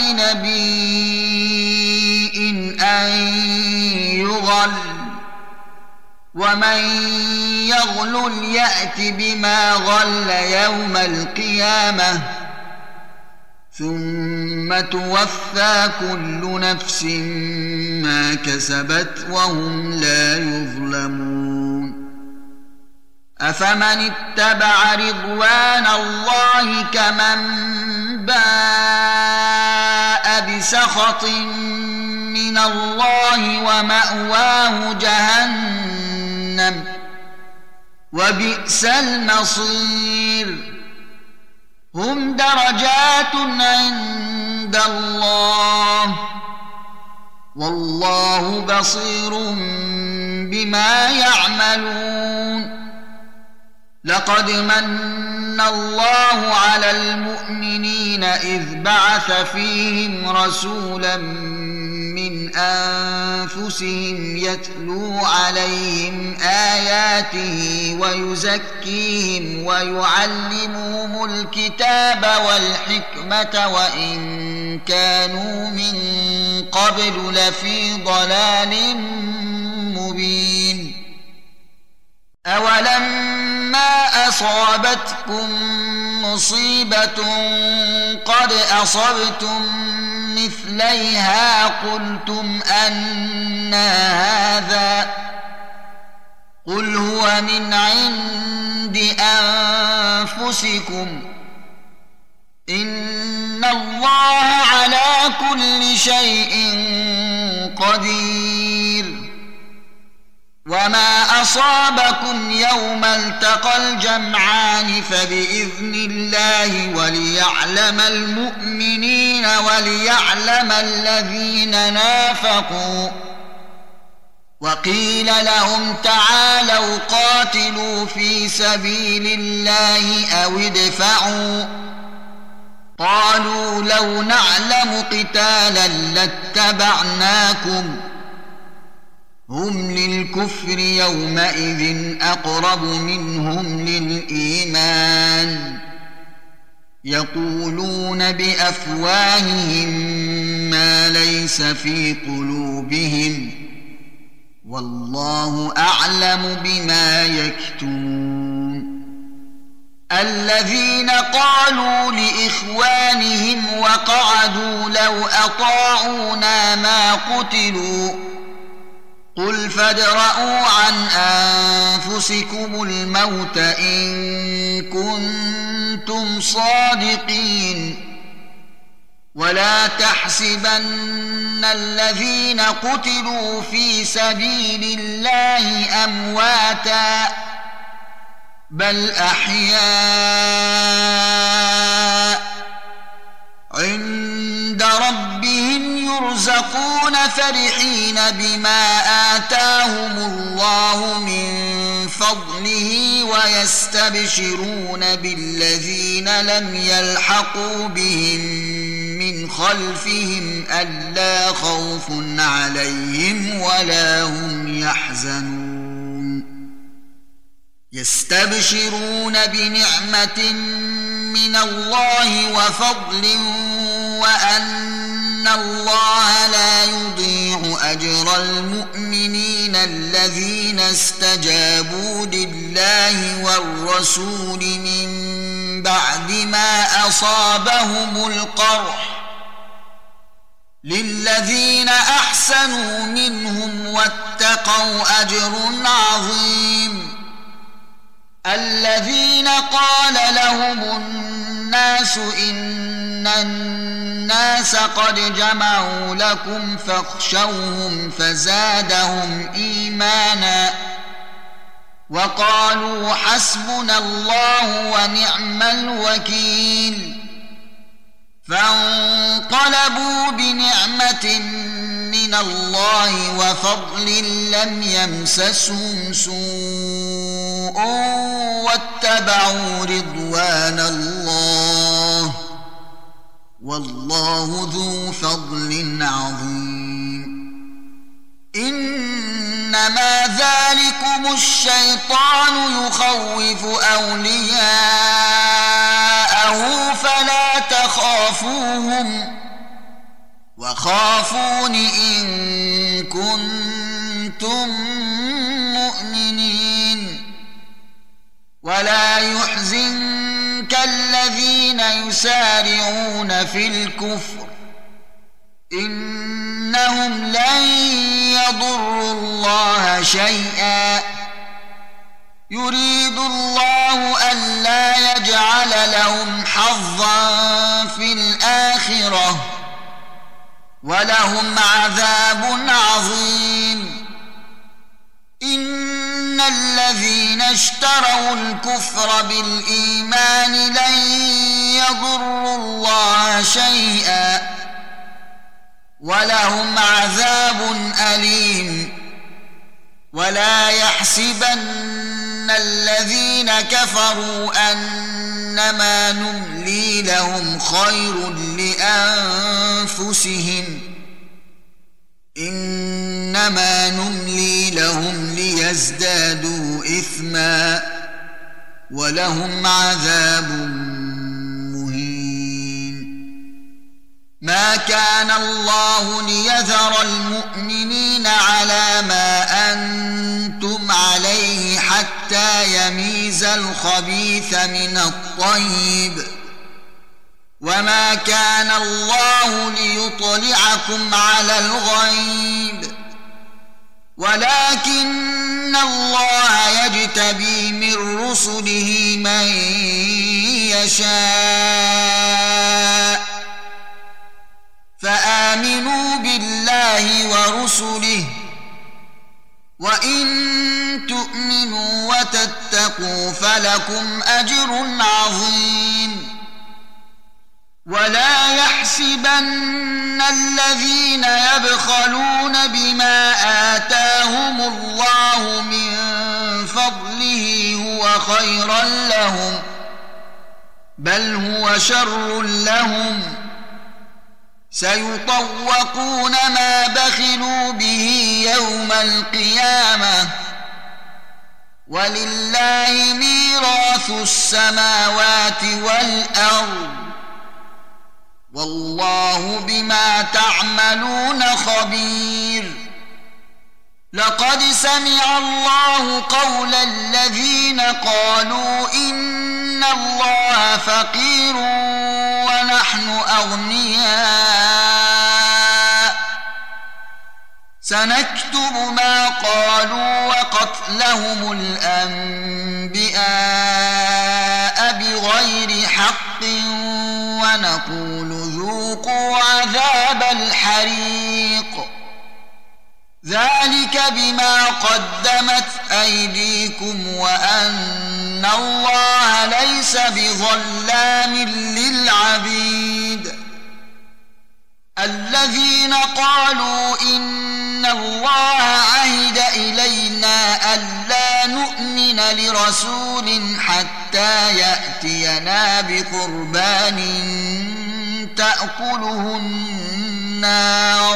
لنبي أن يغل ومن يغلل يأت بما غل يوم القيامة ثم توفى كل نفس ما كسبت وهم لا يظلمون أفمن اتبع رضوان الله كمن باء بسخط من الله ومأواه جهنم وبئس المصير هم درجات عند الله والله بصير بما يعملون لقد من الله على المؤمنين إذ بعث فيهم رسولا من أنفسهم يتلو عليهم آياته ويزكيهم ويعلمهم الكتاب والحكمة وإن كانوا من قبل لفي ضلال مبين أولما أصابتكم مصيبة قد أصبتم مثليها قلتم أنى هذا قل هو من عند أنفسكم إن الله على كل شيء قدير وما أصابكم يوم التقى الجمعان فبإذن الله وليعلم المؤمنين وليعلم الذين نافقوا وقيل لهم تعالوا قاتلوا في سبيل الله أو ادفعوا قالوا لو نعلم قتالا لاتبعناكم هم للكفر يومئذ أقرب منهم للإيمان يقولون بأفواههم ما ليس في قلوبهم والله أعلم بما يكتمون الذين قالوا لإخوانهم وقعدوا لو أطاعونا ما قتلوا قل فادرءوا عن أنفسكم الموت إن كنتم صادقين ولا تحسبن الذين قتلوا في سبيل الله أمواتا بل أحياء عند ربهم يرزقون فرحين بما آتاهم الله من فضله ويستبشرون بالذين لم يلحقوا بهم من خلفهم ألا خوف عليهم ولا هم يحزنون يستبشرون بنعمة من الله وفضل وأن الله لا يضيع أجر المؤمنين الذين استجابوا لله والرسول من بعد ما أصابهم القرح للذين أحسنوا منهم واتقوا أجر عظيم الذين قال لهم الناس إن الناس قد جمعوا لكم فاخشوهم فزادهم إيمانا وقالوا حسبنا الله ونعم الوكيل فانقلبوا بنعمة من الله وفضل لم يمسسهم سوء واتبعوا رضوان الله والله ذو فضل عظيم إنما ذلكم الشيطان يخوف أولياءه فلا تخافوهم وخافون إن كنتم مؤمنين ولا يحزنك الذين يسارعون في الكفر إنهم لن يضروا الله شيئا يريد الله ألا يجعل لهم حظا في الآخرة ولهم عذاب عظيم إن الذين اشتروا الكفر بالإيمان لن يضروا الله شيئا ولهم عذاب أليم ولا يحسبن الذين كفروا أنما نملي لهم خير لأنفسهم إنما نملي لهم ليزدادوا إثما ولهم عذاب مهين ما كان الله ليذر المؤمنين على ما أنتم عليه حتى يميز الخبيث من الطيب وما كان الله ليطلعكم على الغيب ولكن الله يجتبي من رسله من يشاء فآمنوا بالله ورسله وإن تؤمنوا وتتقوا فلكم أجر عظيم ولا يحسبن الذين يبخلون بما آتاهم الله من فضله هو خيرا لهم بل هو شر لهم سيطوقون ما بخلوا به يوم القيامة ولله ميراث السماوات والأرض والله بما تعملون خبير لقد سمع الله قول الذين قالوا إن الله فقير ونحن أغنياء سنكتب ما قالوا وقتلهم الأنبياء بغير حق ونقول ذوقوا عذاب الحريق ذلك بما قدمت أيديكم وأن الله ليس بظلام للعبيد الذين قالوا إن الله عهد إلينا ألا نؤمن لرسول حتى يأتينا بقربان تأكله النار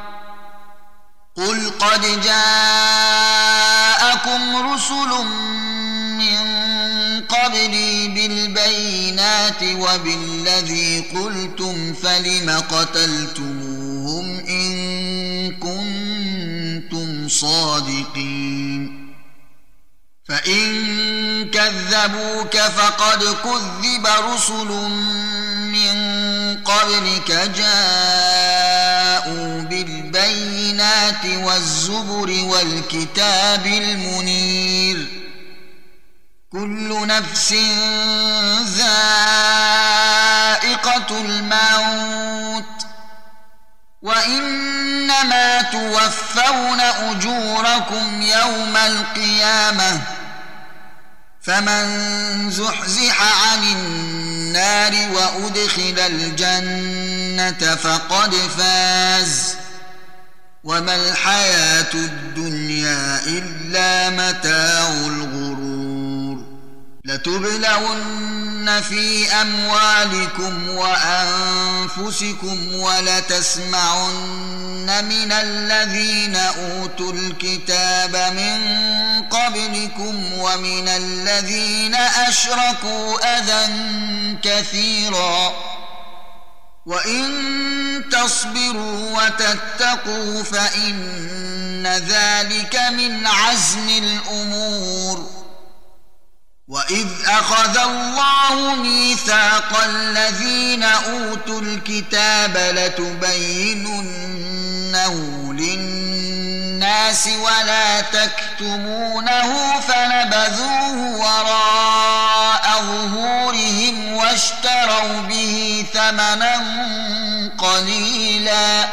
قل قد جاءكم رسل من قبلي بالبينات وبالذي قلتم فلم قتلتموهم إن كنتم صادقين فإن كذبوك فقد كذب رسل من قبلك جاءوا بالبينات والزبر والكتاب المنير كل نفس ذائقة الموت وإنما توفون أجوركم يوم القيامة فمن زحزح عن النار وأدخل الجنة فقد فاز وما الحياة الدنيا إلا متاع الغرور لتبلون في أموالكم وأنفسكم ولتسمعن من الذين أوتوا الكتاب من قبلكم ومن الذين أشركوا أذى كثيرا وإن تصبروا وتتقوا فإن ذلك من عزم الأمور وإذ أخذ الله ميثاق الذين أوتوا الكتاب لتبيننه للناس ولا تكتمونه فنبذوه وراء ظهورهم واشتروا به ثمنا قليلا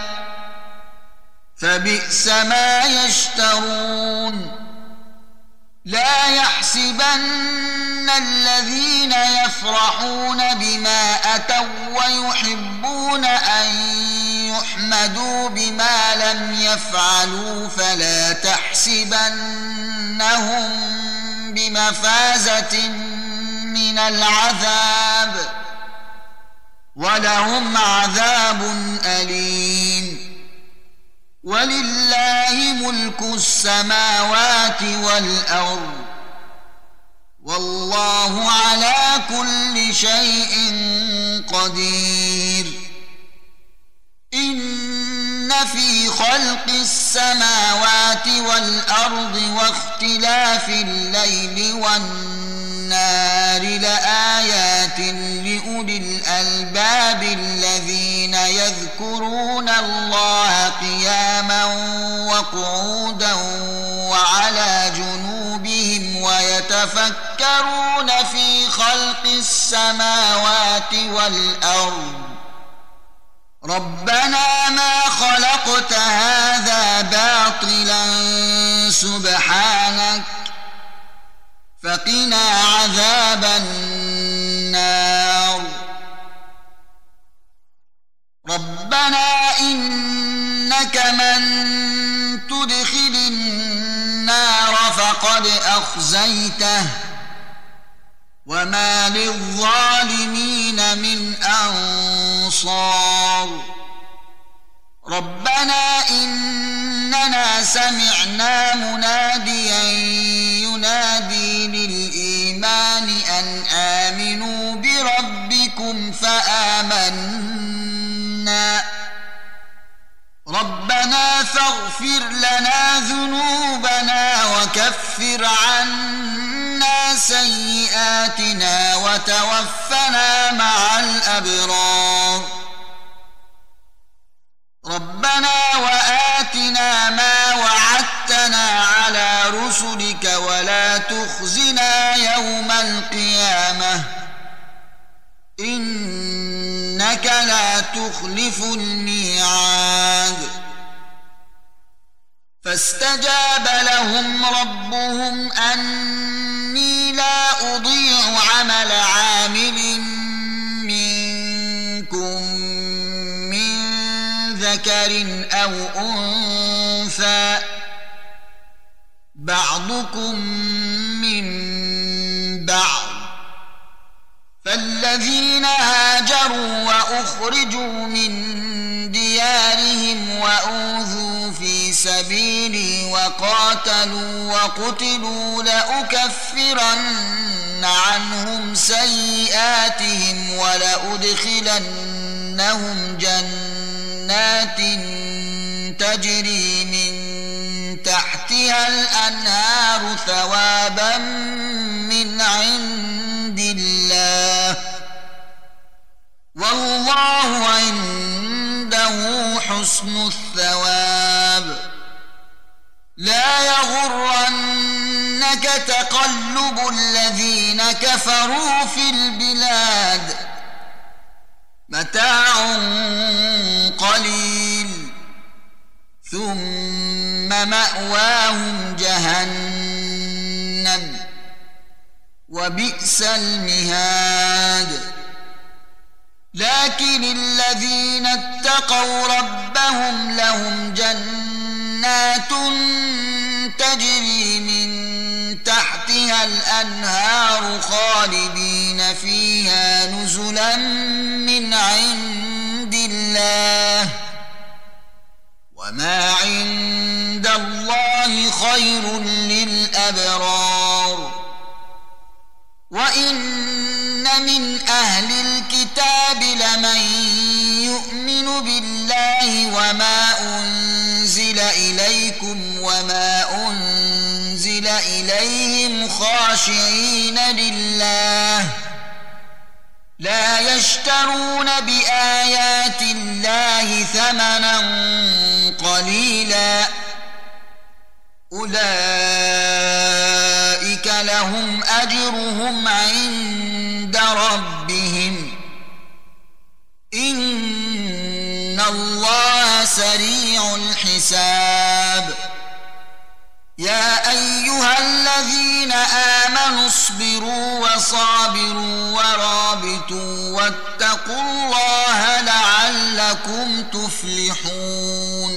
فبئس ما يشترون لا يحسبن الذين يفرحون بما أتوا ويحبون أن يحمدوا بما لم يفعلوا فلا تحسبنهم بمفازة من العذاب ولهم عذاب أليم ولله ملك السماوات والأرض والله على كل شيء قدير إن في خلق السماوات والأرض واختلاف الليل والنهار لآيات لأولي الألباب الذين يذكرون الله قياما وقعودا وعلى جنوبهم ويتفكرون في خلق السماوات والأرض ربنا ما خلقت هذا باطلا سبحانك فقنا عذاب النار ربنا إنك من تدخل النار فقد أخزيته وما للظالمين من أنصار ربنا إننا سمعنا مناديا ينادي للإيمان أن آمنوا بربكم فآمنا ربنا فاغفر لنا ذنوبنا وكفر عنا سيئاتنا وتوفنا مع الأبرار ربنا وآتنا ما وعدتنا على رسلك ولا تخزنا يوم القيامة إنك لا تخلف الميعاد فاستجاب لهم ربهم أني لا أضيع عمل عامل منكم من ذكر أو أنثى بعضكم من بعض فالذين هاجروا وأخرجوا من ديارهم وأوذوا في سبيلي وقاتلوا وقتلوا لأكفرن عنهم سيئاتهم ولأدخلنهم جنات تجري من تحتها الأنهار ثوابا من عند الله والله عنده حسن الثواب لا يغرنك تقلب الذين كفروا في البلاد متاع قليل ثم مأواهم جهنم وبئس المهاد لكن الذين اتقوا ربهم لهم جنات تجري من تحتها الأنهار خالدين فيها نزلا من عند الله وما عند الله خير للأبرار وإن من أهل الكتاب لمن يؤمن بالله وما أنزل إليكم وما أنزل إليهم خاشعين لله لا يشترون بآيات الله ثمنا قليلا أولئك لهم أجرهم عند ربهم إن الله سريع الحساب يا أيها الذين آمنوا اصبروا وصابروا ورابطوا واتقوا الله لعلكم تفلحون